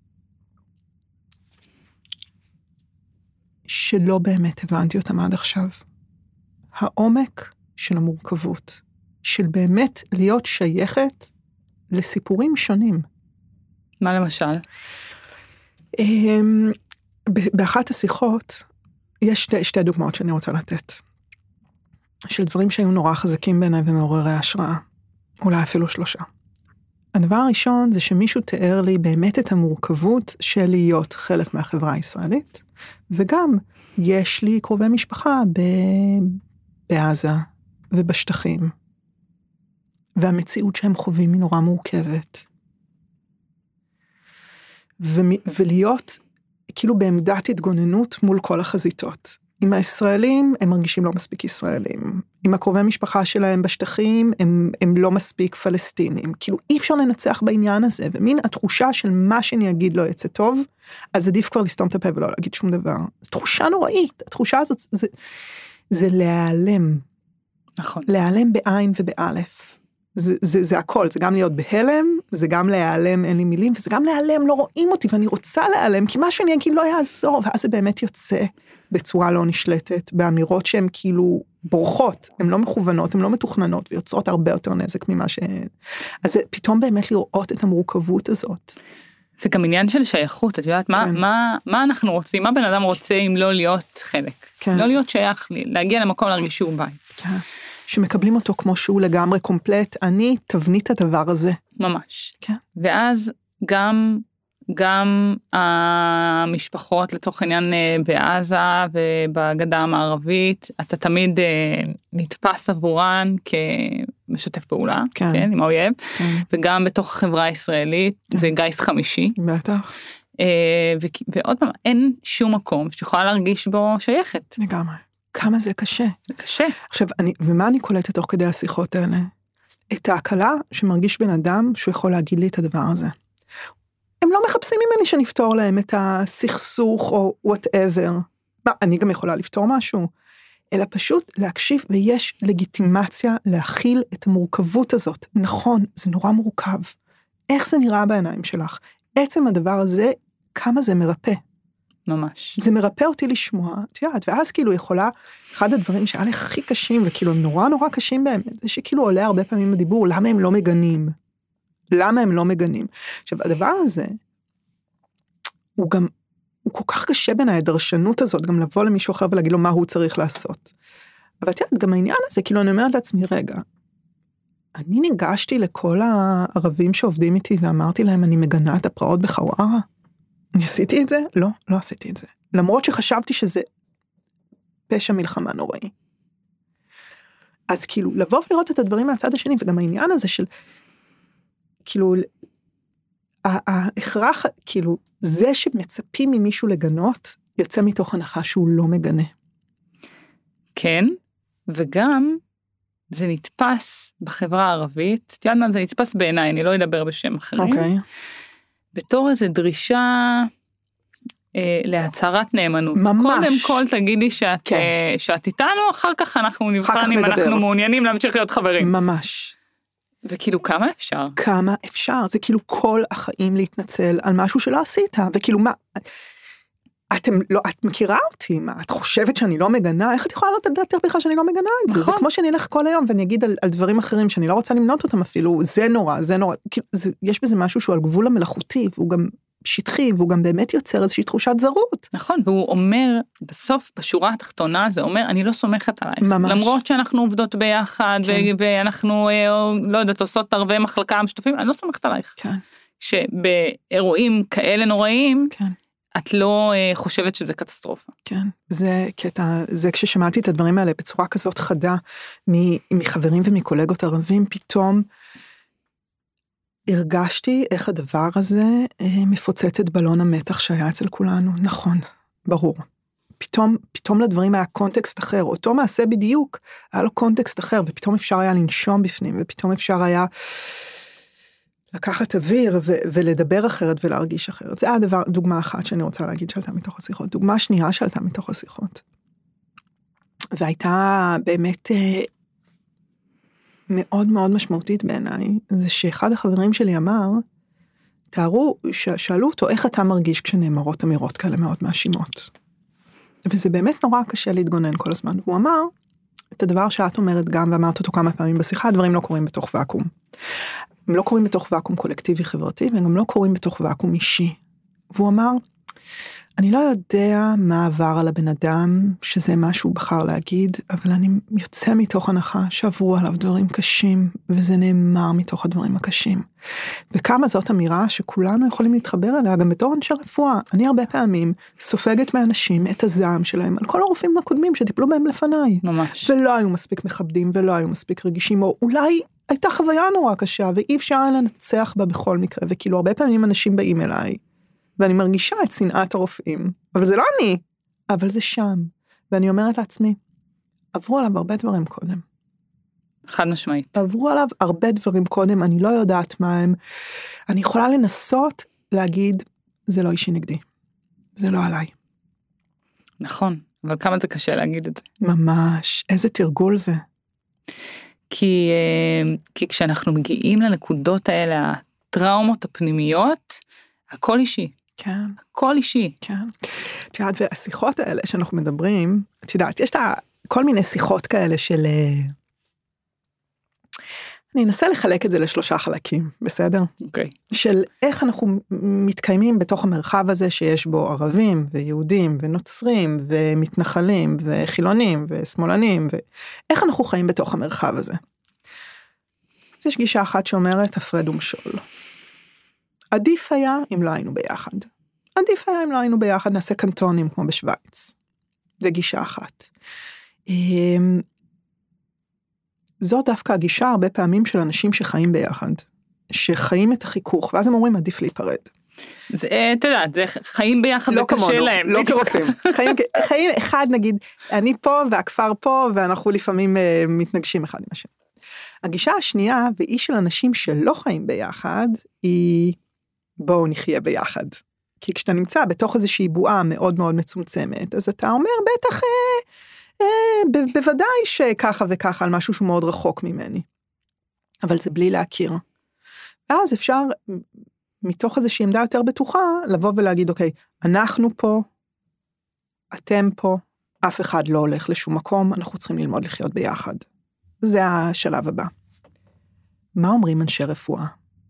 שלא באמת הבנתי אותם עד עכשיו. העומק של המורכבות, של באמת להיות שייכת לסיפורים שונים. מה למשל? באחת השיחות, יש שתי דוגמאות שאני רוצה לתת, של דברים שהיו נורא חזקים בעיניי ומעוררי השראה, אולי אפילו 3. הדבר הראשון זה שמישהו תיאר לי באמת את המורכבות של להיות חלק מהחברה הישראלית, וגם יש לי קרובי משפחה בעזה ובשטחים, והמציאות שהם חווים היא נורא מורכבת. ולהיות כאילו בעמדת התגוננות מול כל החזיתות. עם הישראלים הם מרגישים לא מספיק ישראלים. עם הקרובי משפחה שלהם בשטחים הם לא מספיק פלסטינים. כאילו אי אפשר לנצח בעניין הזה, ומין התחושה של מה שאני אגיד לא יצא טוב, אז עדיף כבר לסתום את הפה ולא להגיד שום דבר. זו תחושה נוראית. התחושה הזאת זה להיעלם. נכון. להיעלם בעין ובאלף. זה הכל, זה גם להיות בהלם, זה גם להיעלם, אין לי מילים, וזה גם להיעלם, לא רואים אותי, ואני רוצה להיעלם, כי מה שאני אגיד לא יעזור, ואז זה באמת יוצא בצורה לא נשלטת, באמירות שהן כאילו בורחות, הן לא מכוונות, הן לא מתוכננות, ויוצרות הרבה יותר נזק ממה שהן. אז זה פתאום באמת לראות את המורכבות הזאת. זה גם עניין של שייכות, את יודעת, מה אנחנו רוצים, מה בן אדם רוצה אם לא להיות חלק, לא להיות שייך, להגיע למקום להרגיש שהוא בית. כן. שמקבלים אותו כמו שהוא לגמרי קומפלט, אני תבנית הדבר הזה. ממש. כן. ואז גם המשפחות לצורך העניין בעזה ובגדה המערבית, אתה תמיד נתפס עבורן כמשתף פעולה, כן, עם האויב, וגם בתוך החברה הישראלית, זה גיס חמישי. בטח. ועוד פעם, אין שום מקום שיכולה להרגיש בו שייכת. לגמרי. כמה זה קשה. זה קשה. עכשיו, ומה אני קולטת תוך כדי השיחות האלה? את ההקלה שמרגיש בן אדם שהוא יכול להגיד לי את הדבר הזה. הם לא מחפשים ממני שנפתור להם את הסכסוך או whatever. מה, אני גם יכולה לפתור משהו? אלא פשוט להקשיב, ויש לגיטימציה להכיל את המורכבות הזאת. נכון, זה נורא מורכב. איך זה נראה בעיניים שלך? עצם הדבר הזה, כמה זה מרפא. ממש. זה מרפא אותי לשמוע, את יודעת, ואז כאילו יכולה, אחד הדברים שהיה לי הכי קשים, וכאילו הם נורא נורא קשים באמת, זה שכאילו עולה הרבה פעמים בדיבור, למה הם לא מגנים? למה הם לא מגנים? עכשיו, הדבר הזה, הוא כל כך קשה בין הדרשנות הזאת, גם לבוא למישהו אחר ולהגיד לו מה הוא צריך לעשות. אבל את יודעת, גם העניין הזה, כאילו אני אומרת לעצמי, רגע, אני ניגשתי לכל הערבים שעובדים איתי, ואמרתי להם, אני מגנה את הפרעות בחווארה. אני עשיתי את זה? לא, לא עשיתי את זה. למרות שחשבתי שזה פשע מלחמה נוראי. אז כאילו, לבוא ולראות את הדברים מהצד השני, וגם העניין הזה של, כאילו, ההכרח, כאילו, זה שמצפים ממישהו לגנות, יוצא מתוך הנחה שהוא לא מגנה. כן, וגם, זה נתפס בחברה הערבית, תיאד מה זה נתפס בעיניי, אני לא אדבר בשם אחרים. אוקיי. בתור איזו דרישה להצהרת נאמנות. ממש. קודם כל תגידי שאת איתנו, אחר כך אנחנו נבחן אם אנחנו מעוניינים להמשיך להיות חברים. ממש. וכאילו כמה אפשר? כמה אפשר, זה כאילו כל החיים להתנצל על משהו שלא עשית, וכאילו מה, את מכירה אותי, מה, את חושבת שאני לא מגנה, איך את יכולה לא לדעת בכלל שאני לא מגנה את זה? זה כמו שאני אלך כל היום ואני אגיד על דברים אחרים שאני לא רוצה למנות אותם אפילו, זה נורא, כאילו, יש בזה משהו שהוא על גבול המלאכותי, והוא גם שטחי, והוא גם באמת יוצר איזושהי תחושת זרות. נכון, והוא אומר, בסוף, בשורה התחתונה, זה אומר, אני לא סומכת עלייך. ממש. למרות שאנחנו עובדות ביחד, כן. ואנחנו, לא יודעת, עושות הרבה מחלקה משותפים, אני לא סומכת עלייך. כן. שבאירועים כאלה נוראיים, כן. את לא חושבת שזה קטסטרופה. כן, זה קטע, זה כששמעתי את הדברים האלה בצורה כזאת חדה, מחברים ומקולגות ערבים, פתאום הרגשתי איך הדבר הזה מפוצץ את בלון המתח שהיה אצל כולנו. נכון, ברור. פתאום לדברים היה קונטקסט אחר, אותו מעשה בדיוק, היה לו קונטקסט אחר, ופתאום אפשר היה לנשום בפנים, ופתאום אפשר היה לקחת אוויר, ולדבר אחרת, ולהרגיש אחרת. זה היה דוגמה אחת שאני רוצה להגיד שעלתה מתוך השיחות. דוגמה שנייה שעלתה מתוך השיחות. והייתה באמת מאוד מאוד משמעותית בעיניי, זה שאחד החברים שלי אמר, שאלו אותו, איך אתה מרגיש כשנאמרות אמירות כאלה מאוד מאשימות? וזה באמת נורא קשה להתגונן כל הזמן. והוא אמר, את הדבר שאת אומרת גם, ואמרת אותו כמה פעמים בשיחה, הדברים לא קורים בתוך ואקום. הם לא קורים בתוך ואקום קולקטיבי חברתי, והם גם לא קורים בתוך ואקום אישי. והוא אמר, אני לא יודע מה עבר על הבן אדם, שזה מה שהוא בחר להגיד, אבל אני יוצא מתוך הנחה שעברו עליו דברים קשים, וזה נאמר מתוך הדברים הקשים. וכמה זאת אמירה שכולנו יכולים להתחבר אליה, גם בתור אנשי רפואה. אני הרבה פעמים סופגת מאנשים את הזעם שלהם, על כל הרופאים הקודמים שטיפלו בהם לפניי. ממש. ולא היו מספיק מכבדים, ולא היו מספיק רגישים, או אולי הייתה חוויה נורא קשה, ואי אפשר לנצח בה בכל מקרה, וכאילו הרבה פעמים אנשים באים אליי, ואני מרגישה את שנאת הרופאים, אבל זה לא אני, אבל זה שם, ואני אומרת לעצמי, עברו עליו הרבה דברים קודם. חד משמעית. עברו עליו הרבה דברים קודם, אני לא יודעת מה הם, אני יכולה לנסות להגיד, זה לא אישי נגדי, זה לא עליי. נכון, אבל כמה זה קשה להגיד את זה. ממש, איזה תרגול זה. כי כשאנחנו מגיעים לנקודות האלה, הטראומות הפנימיות, הכל אישי. כן. הכל אישי. כן. את יודעת, והשיחות האלה שאנחנו מדברים, את יודעת, יש כל מיני שיחות כאלה של, אני אנסה לחלק את זה לשלושה חלקים, בסדר? אוקיי. של איך אנחנו מתקיימים בתוך המרחב הזה שיש בו ערבים ויהודים ונוצרים ומתנחלים וחילונים ושמאלנים, ואיך אנחנו חיים בתוך המרחב הזה. אז יש גישה אחת שאומרת, הפרד ומשול. עדיף היה אם לא היינו ביחד. עדיף היה אם לא היינו ביחד, נעשה קנטונים כמו בשוויץ. זה גישה אחת. זו דווקא הגישה הרבה פעמים של אנשים שחיים ביחד, שחיים את החיכוך, ואז הם אומרים עדיף להיפרד. זה, אתה יודעת, זה חיים ביחד לא וקשה כמונו, להם. לא כרופאים. חיים אחד נגיד, אני פה והכפר פה, ואנחנו לפעמים מתנגשים אחד עם השני. הגישה השנייה, והיא של אנשים שלא חיים ביחד, היא בואו נחיה ביחד. כי כשאתה נמצא בתוך איזושהי בועה מאוד מאוד מצומצמת, אז אתה אומר בטח, בוודאי שככה וככה על משהו שהוא מאוד רחוק ממני. אבל זה בלי להכיר. ואז אפשר, מתוך איזושהי עמדה יותר בטוחה, לבוא ולהגיד, אוקיי, אנחנו פה, אתם פה, אף אחד לא הולך לשום מקום, אנחנו צריכים ללמוד לחיות ביחד. זה השלב הבא. מה אומרים אנשי רפואה?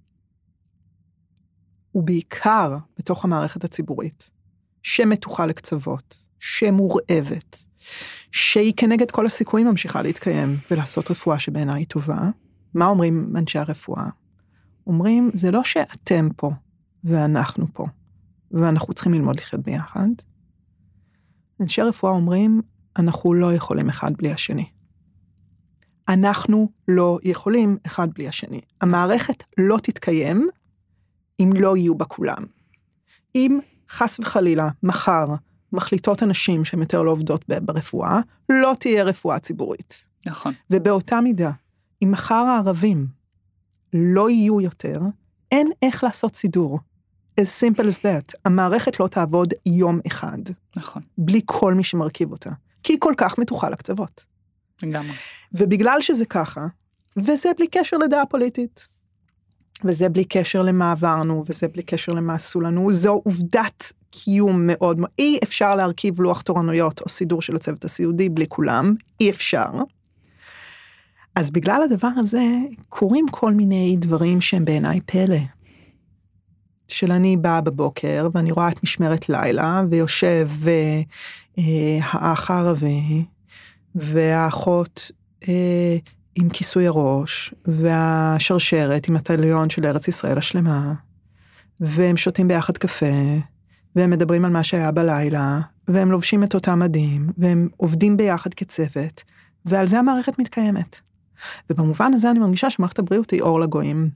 ובעיקר בתוך המערכת הציבורית, שמתוחה לקצוות, שמורעבת, שהיא כנגד כל הסיכויים ממשיכה להתקיים ולעשות רפואה שבעיניי היא טובה. מה אומרים אנשי הרפואה? אומרים, זה לא שאתם פה ואנחנו פה, ואנחנו צריכים ללמוד לחיות ביחד. אנשי הרפואה אומרים, אנחנו לא יכולים אחד בלי השני. אנחנו לא יכולים אחד בלי השני. המערכת לא תתקיים אם לא יהיו בה כולם. אם חס וחלילה, מחר, מחליטות אנשים שהן יותר לא עובדות ברפואה, לא תהיה רפואה ציבורית. נכון. ובאותה מידה, אם מחר הערבים לא יהיו יותר, אין איך לעשות סידור. As simple as that. המערכת לא תעבוד יום אחד. נכון. בלי כל מי שמרכיב אותה. כי היא כל כך מתוחה לקצוות. לגמרי. ובגלל שזה ככה, וזה בלי קשר לדעה פוליטית, וזה בלי קשר למה עברנו, וזה בלי קשר למה עשו לנו, זו עובדת קיום מאוד, אי אפשר להרכיב לוח תורנויות או סידור של הצוות הסיעודי בלי כולם, אי אפשר. אז בגלל הדבר הזה, קורים כל מיני דברים שהם בעיניי פלא. של אני באה בבוקר, ואני רואה את משמרת לילה, ויושב האח הערבי, והאחות עם כיסוי הראש, והשרשרת עם הטליון של ארץ ישראל השלמה, והם שותים ביחד קפה, והם מדברים על מה שהיה בלילה, והם לובשים את אותם מדים, והם עובדים ביחד כצוות, ועל זה המערכת מתקיימת. ובמובן הזה אני מרגישה שמערכת הבריאות היא אור לגויים.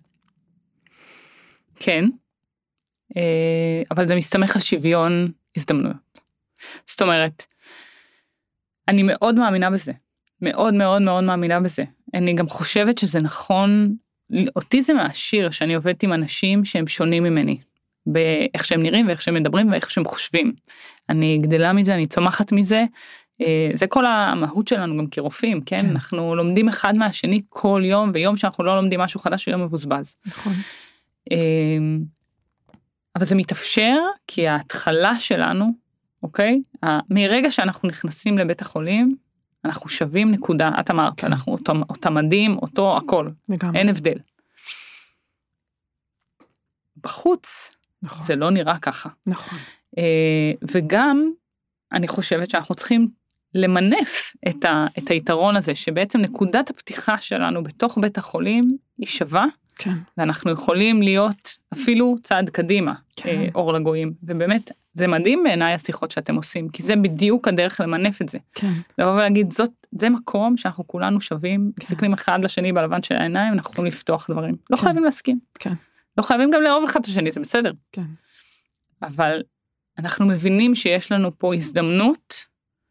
כן, אבל זה מסתמך על שוויון הזדמנויות. זאת אומרת, אני מאוד מאמינה בזה. מאוד מאוד מאוד מאמינה בזה. אני גם חושבת שזה נכון, אותי זה מעשיר שאני עובדת עם אנשים שהם שונים ממני, באיך שהם נראים ואיך שהם מדברים ואיך שהם חושבים. אני גדלה מזה, אני צומחת מזה, זה כל המהות שלנו גם כרופאים, כן? אנחנו לומדים אחד מהשני כל יום, ויום שאנחנו לא לומדים משהו חדש, הוא יום מבוזבז. נכון. אבל זה מתאפשר, כי ההתחלה שלנו, אוקיי? מרגע שאנחנו נכנסים לבית החולים, אנחנו שווים נקודה, את אמרת, אנחנו אותם מדים, אותו הכל, אין הבדל. בחוץ, זה לא נראה ככה. נכון. וגם, אני חושבת שאנחנו צריכים למנף את היתרון הזה, שבעצם נקודת הפתיחה שלנו בתוך בית החולים היא שווה, כן. ואנחנו יכולים להיות אפילו צעד קדימה, אור לגויים, ובאמת זה מדהים בעיניי השיחות שאתם עושים, כי זה בדיוק הדרך למנף את זה. כן. לבוא ולהגיד, זה מקום שאנחנו כולנו שווים, מסתכלים אחד לשני בלבן של העיניים, אנחנו יכולים לפתוח דברים. לא חייבים להסכים. כן. לא חייבים גם לאהוב אחד את השני, זה בסדר. כן. אבל אנחנו מבינים שיש לנו פה הזדמנות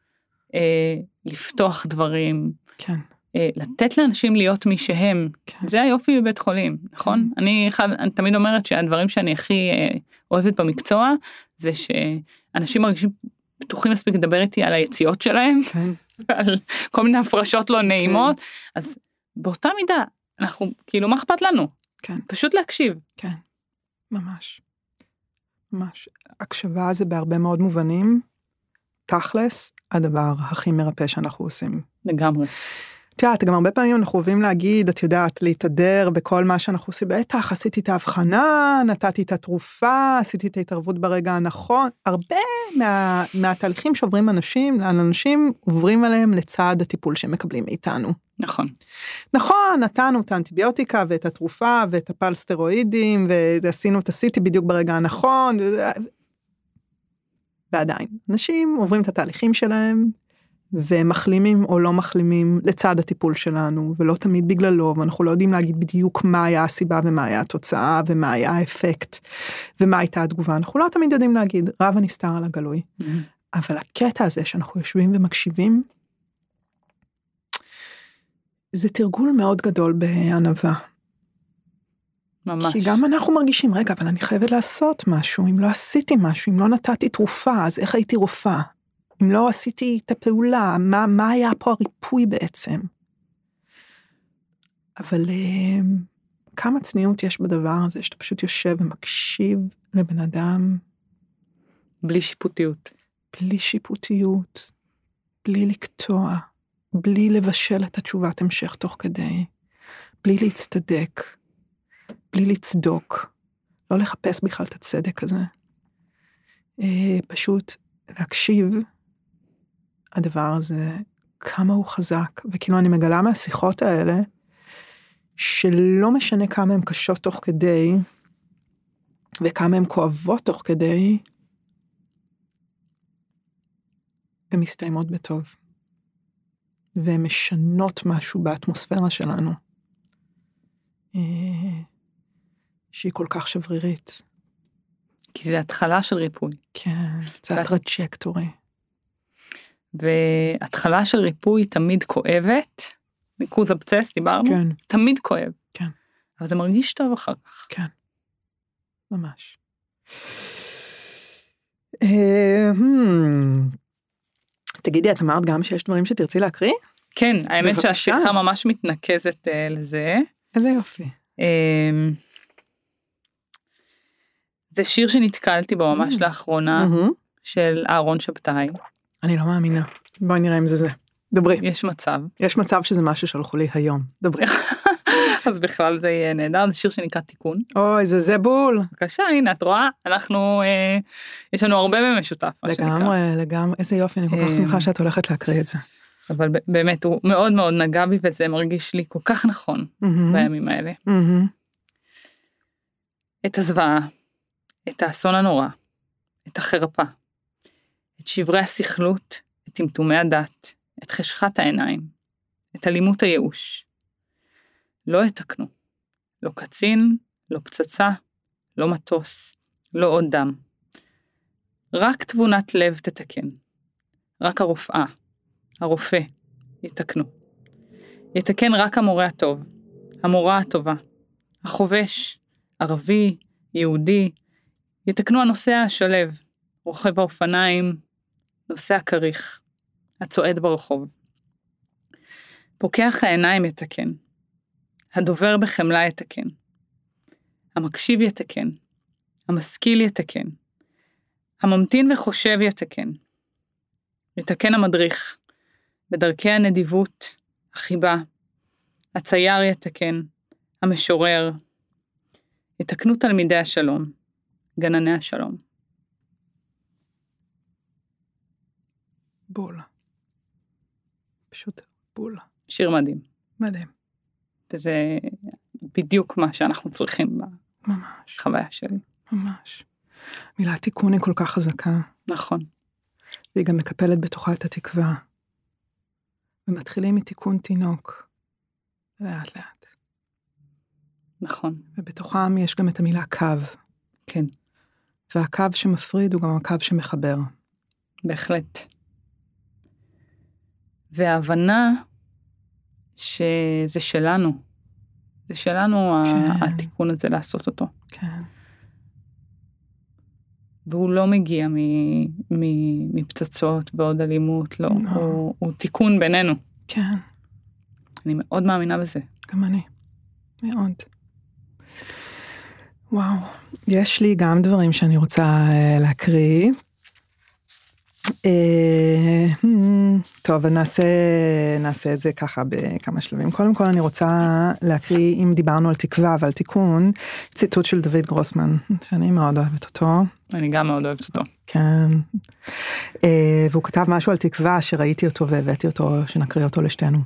לפתוח דברים. כן. לתת לאנשים להיות מי שהם, זה היופי בבית חולים, נכון? אני תמיד אומרת שהדברים שאני הכי אוהבת במקצוע, זה שאנשים מרגישים פתוחים מספיק לדבר איתי על היציאות שלהם, על כל מיני הפרשות לא נעימות, אז באותה מידה, אנחנו, כאילו, מה אכפת לנו? פשוט להקשיב. כן, ממש. ממש. הקשבה זה בהרבה מאוד מובנים, תכלס, הדבר הכי מרפא שאנחנו עושים. לגמרי. תראה, גם הרבה פעמים אנחנו אוהבים להגיד, את יודעת, להתהדר בכל מה שאנחנו עושים, בטח, עשיתי את ההבחנה, נתתי את התרופה, עשיתי את ההתערבות ברגע הנכון, הרבה מהתהליכים שעוברים אנשים עוברים עליהם לצד הטיפול שהם מקבלים מאיתנו. נכון. נכון, נתנו את האנטיביוטיקה ואת התרופה ואת הפלסטרואידים, ועשינו את הסיטי בדיוק ברגע הנכון, ועדיין, אנשים עוברים את התהליכים שלהם, ומחלימים או לא מחלימים לצד הטיפול שלנו, ולא תמיד בגללו, ואנחנו לא יודעים להגיד בדיוק מה היה הסיבה, ומה היה התוצאה, ומה היה האפקט, ומה הייתה התגובה. אנחנו לא תמיד יודעים להגיד, רב הנסתר על הגלוי. אבל הקטע הזה שאנחנו יושבים ומקשיבים, זה תרגול מאוד גדול בענווה. ממש. כי גם אנחנו מרגישים, רגע, אבל אני חייבת לעשות משהו, אם לא עשיתי משהו, אם לא נתתי תרופה, אז איך הייתי רופאה? אם לא עשיתי את הפעולה, מה היה פה הריפוי בעצם? אבל כמה צניעות יש בדבר הזה, שאתה פשוט יושב ומקשיב לבן אדם. בלי שיפוטיות. בלי שיפוטיות, בלי לקטוע, בלי לבשל את התשובת המשך תוך כדי, בלי להצטדק, בלי לצדוק, לא לחפש בכלל את הצדק הזה. פשוט להקשיב, הדבר הזה, כמה הוא חזק, וכאילו אני מגלה מהשיחות האלה, שלא משנה כמה הן קשות תוך כדי, וכמה הן כואבות תוך כדי, הן מסתיימות בטוב. והן משנות משהו באטמוספירה שלנו, שהיא כל כך שברירית. כי זה התחלה של ריפוי. כן, זה הטראג'קטורי. והתחלה של ריפוי תמיד כואבת, ניקוז אבצס, דיברנו, כן. תמיד כואב. כן. אבל זה מרגיש טוב אחר כך. כן, ממש. תגידי, את אמרת גם שיש דברים שתרצי להקריא? כן, האמת שהשיחה ממש מתנקזת לזה. איזה יופי. זה שיר שנתקלתי בו ממש לאחרונה, של אהרון שבתאי. אני לא מאמינה. בואי נראה אם זה זה. דברי. יש מצב. יש מצב שזה מה ששלחו לי היום. דברי. אז בכלל זה יהיה נהדר, זה שיר שנקרא תיקון. אוי, זה בול. בבקשה, הנה, את רואה, יש לנו הרבה במשותף. לגמרי, איזה יופי, אני כל כך שמחה שאת הולכת להקריא את זה. אבל באמת, הוא מאוד מאוד נגע בי, וזה מרגיש לי כל כך נכון בימים האלה. את הזוועה, את האסון הנורא, את החרפה, את שברי הסכלות, את טמטומי הדת, את חשכת העיניים, את אלימות הייאוש. לא התקנו, לא קצין, לא פצצה, לא מטוס, לא עוד דם. רק תבונת לב תתקן, רק הרופאה, הרופא, יתקנו. יתקן רק המורה הטוב, המורה הטובה, החובש, ערבי, יהודי, יתקנו הנוסע השלב, רוכב האופניים, נוסע הכריך, הצועד ברחוב. פוקח העיניים יתקן, הדובר בחמלה יתקן, המקשיב יתקן, המשכיל יתקן, הממתין וחושב יתקן, יתקן המדריך, בדרכי הנדיבות, החיבה, הצייר יתקן, המשורר, יתקנו תלמידי השלום, גנני השלום. בול. פשוט בול. שיר מדהים. מדהים. וזה בדיוק מה שאנחנו צריכים ממש. בחוויה שלי. ממש. מילה תיקון היא כל כך חזקה. נכון. והיא גם מקפלת בתוכה את התקווה. ומתחילים מתיקון תינוק. לאט לאט. נכון. ובתוכם יש גם את המילה קו. כן. והקו שמפריד הוא גם הקו שמחבר. בהחלט. וההבנה שזה שלנו. זה שלנו כן. התיקון הזה לעשות אותו. כן. והוא לא מגיע מפצצות ועוד אלימות, לא. הוא תיקון בינינו. כן. אני מאוד מאמינה בזה. גם אני. מאוד. וואו. יש לי גם דברים שאני רוצה להקריא. טוב, נעשה את זה ככה בכמה שלבים. קודם כל אני רוצה להקריא, אם דיברנו על תקווה ועל תיקון, ציטוט של דוד גרוסמן, שאני מאוד אוהבת אותו. אני גם מאוד אוהבת אותו. כן. והוא כתב משהו על תקווה שראיתי אותו והבאתי אותו, שנקריא אותו לשתינו.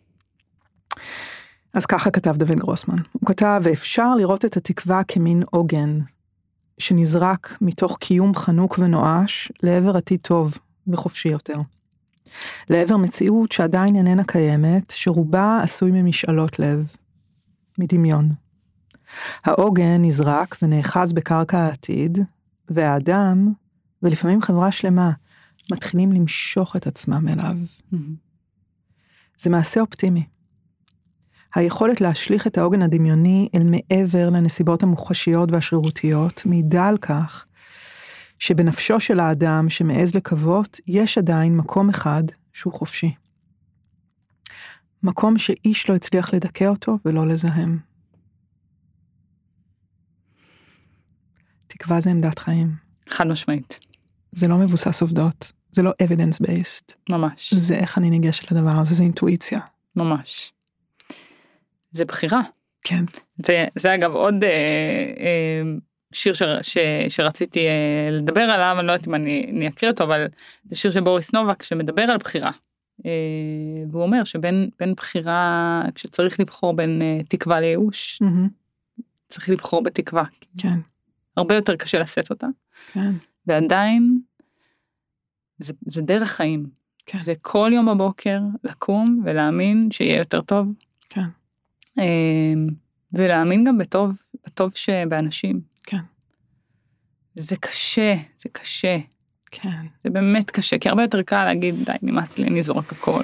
אז ככה כתב דוד גרוסמן. הוא כתב, ואפשר לראות את התקווה כמין עוגן, שנזרק מתוך קיום חנוק ונואש לעבר עתיד טוב וחופשי יותר. לעבר מציאות שעדיין איננה קיימת, שרובה עשוי ממשאלות לב, מדמיון. העוגן נזרק ונאחז בקרקע העתיד, והאדם, ולפעמים חברה שלמה, מתחילים למשוך את עצמם אליו. זה מעשה אופטימי. היכולת להשליך את העוגן הדמיוני אל מעבר לנסיבות המוחשיות והשרירותיות, מעידה על כך שבנפשו של האדם שמעז לקוות, יש עדיין מקום אחד שהוא חופשי. מקום שאיש לא הצליח לדכא אותו ולא לזהם. תקווה זה עמדת חיים. חד משמעית. זה לא מבוסס עובדות, זה לא evidence based. ממש. זה איך אני ניגשת לדבר הזה, זה אינטואיציה. ממש. זה בחירה. כן. זה אגב עוד שיר שרציתי לדבר עליו, אני לא יודעת אם אני אקריא אותו, אבל זה שיר של בוריס נובק שמדבר על בחירה. והוא אומר שבין בחירה, כשצריך לבחור בין תקווה לייאוש, צריך לבחור בתקווה. כן. הרבה יותר קשה לשאת אותה. כן. ועדיין, זה דרך חיים. כן. זה כל יום בבוקר לקום ולהאמין שיהיה יותר טוב. כן. ולהאמין גם בטוב שבאנשים. כן. זה קשה, זה קשה. כן. זה באמת קשה, כי הרבה יותר קל להגיד, די, נמאס לי, אני זורק הכל.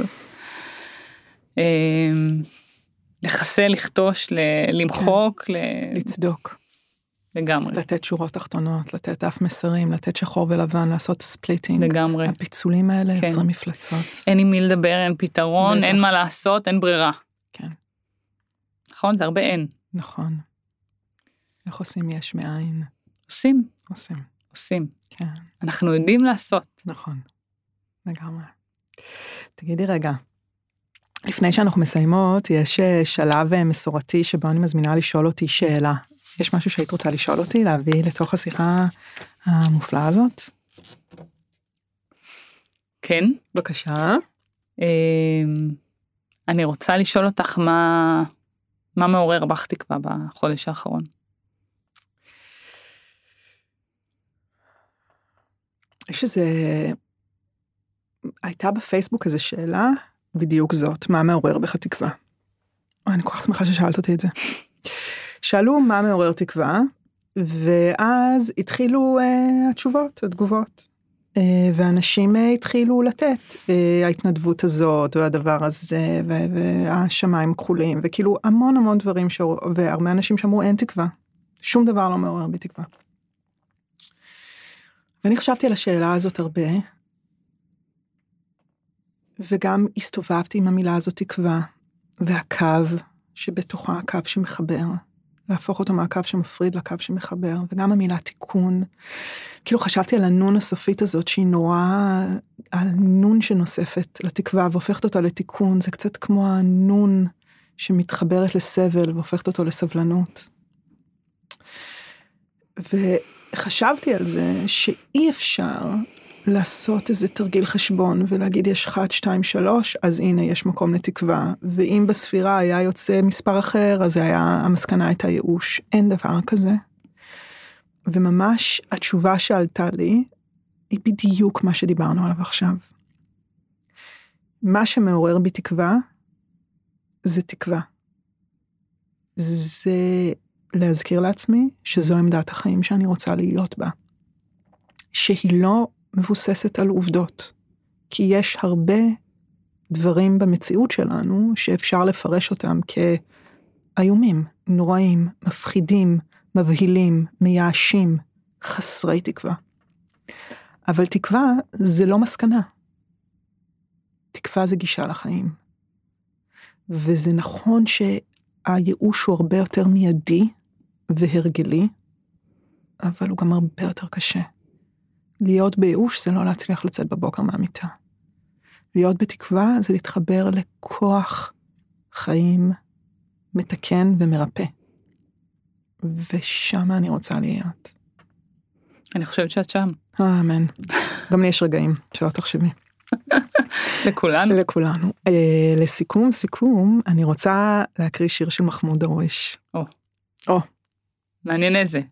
לחסל, לכתוש, למחוק, לצדוק. לגמרי. לתת שורות תחתונות, לתת אף מסרים, לתת שחור ולבן, לעשות ספליטינג. לגמרי. הפיצולים האלה יוצרים מפלצות. אין עם מי לדבר, אין פתרון, אין מה לעשות, אין ברירה. כן. נכון? זה הרבה אין. נכון. איך עושים יש מאין? עושים. עושים. כן. אנחנו יודעים לעשות. נכון. לגמרי. תגידי רגע, לפני שאנחנו מסיימות, יש שלב מסורתי שבו אני מזמינה לשאול אותי שאלה. יש משהו שהיית רוצה לשאול אותי, להביא לתוך השיחה המופלאה הזאת? כן. בבקשה. אני רוצה לשאול אותך מה מעורר בך תקווה בחודש האחרון. יש הייתה בפייסבוק איזו שאלה, בדיוק זאת, מה מעורר בך תקווה? אני כל כך שמחה ששאלת אותי את זה. שאלו מה מעורר תקווה, ואז התחילו התשובות, התגובות. ואנשים התחילו לתת, ההתנדבות הזאת, והדבר הזה, והשמיים כחולים, וכאילו המון המון דברים, והרבה אנשים שאמרו, אין תקווה, שום דבר לא מעורר בי תקווה. ואני חשבתי על השאלה הזאת הרבה, וגם הסתובבתי עם המילה הזאת תקווה, והקו שבתוכה, הקו שמחבר, להפוך אותו מהקו שמפריד לקו שמחבר, וגם המילה תיקון. כאילו חשבתי על הנון הסופית הזאת, שהיא נורא, הנון שנוספת לתקווה, והופכת אותה לתיקון, זה קצת כמו הנון שמתחברת לסבל, והופכת אותו לסבלנות. וחשבתי על זה, שאי אפשר לעשות איזה תרגיל חשבון, ולהגיד יש 1, 2, 3, אז הנה יש מקום לתקווה, ואם בספירה היה יוצא מספר אחר, אז המסקנה הייתה ייאוש, אין דבר כזה. וממש התשובה שעלתה לי, היא בדיוק מה שדיברנו עליו עכשיו. מה שמעורר בי תקווה, זה תקווה. זה להזכיר לעצמי, שזו עמדת החיים שאני רוצה להיות בה. שהיא לא מבוססת על עובדות, כי יש הרבה דברים במציאות שלנו, שאפשר לפרש אותם כאיומים, נוראים, מפחידים, מבהילים, מייאשים, חסרי תקווה. אבל תקווה זה לא מסקנה. תקווה זה גישה לחיים. וזה נכון שהייאוש הוא הרבה יותר מיידי והרגלי, אבל הוא גם הרבה יותר קשה. להיות בייאוש זה לא להצליח לצאת בבוקר מהמיטה. להיות בתקווה זה להתחבר לכוח חיים מתקן ומרפא. ושם אני רוצה להיות. אני חושבת שאת שם. אמן. גם לי יש רגעים, שלא תחשבי. לכולנו. לכולנו. לסיכום, אני רוצה להקריא שיר של מחמוד דרוויש. מעניין איזה.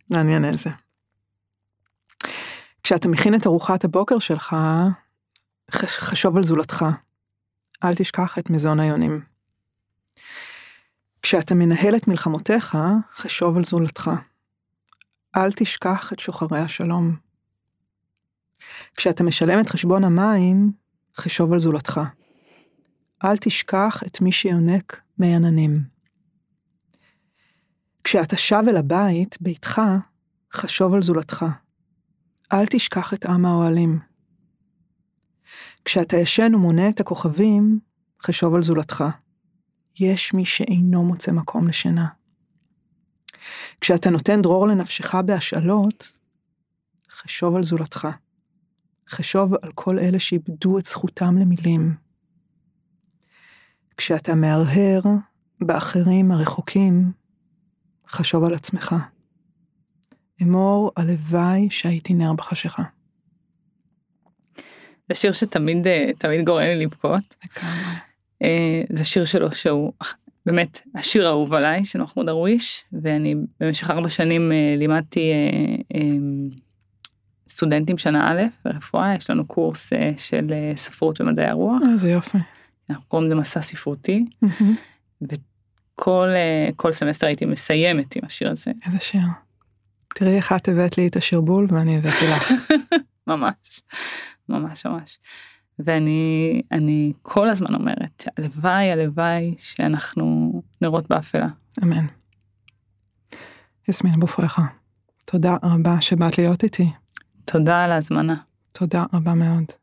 כשאתה מכין את ארוחת הבוקר שלך, חשוב על זולתך. אל תשכח את מזון היונים. כשאתה מנהל את מלחמותיך, חשוב על זולתך. אל תשכח את שוחרי השלום. כשאתה משלם את חשבון המים, חשוב על זולתך. אל תשכח את מי שיונק מי עננים. כשאתה שב אל הבית, ביתך, חשוב על זולתך. אל תשכח את עם האוהלים. כשאתה ישן ומונה את הכוכבים, חשוב על זולתך. יש מי שאינו מוצא מקום לשינה. כשאתה נותן דרור לנפשך בהשאלות, חשוב על זולתך. חשוב על כל אלה שאיבדו את זכותם למילים. כשאתה מהרהר באחרים הרחוקים, חשוב על עצמך. אמור הלוואי שהייתי נר בחשיכה. זה שיר שתמיד גורם לי לבכות. זה שיר שלו שהוא באמת השיר האהוב עליי, של מחמוד דרוויש, ואני במשך 4 שנים לימדתי סטודנטים שנה א' ברפואה, יש לנו קורס של ספרות ומדעי הרוח. זה יופי. אנחנו קוראים לזה מסע ספרותי, וכל סמסטר הייתי מסיימת עם השיר הזה. איזה שיר. תראי איך את הבאת לי את השיר בול, ואני הבאתי לך. ממש. ואני כל הזמן אומרת, הלוואי שאנחנו נרות באפלה. אמן. יסמין אבו פרחה, תודה רבה שבאת להיות איתי. תודה על ההזמנה. תודה רבה מאוד.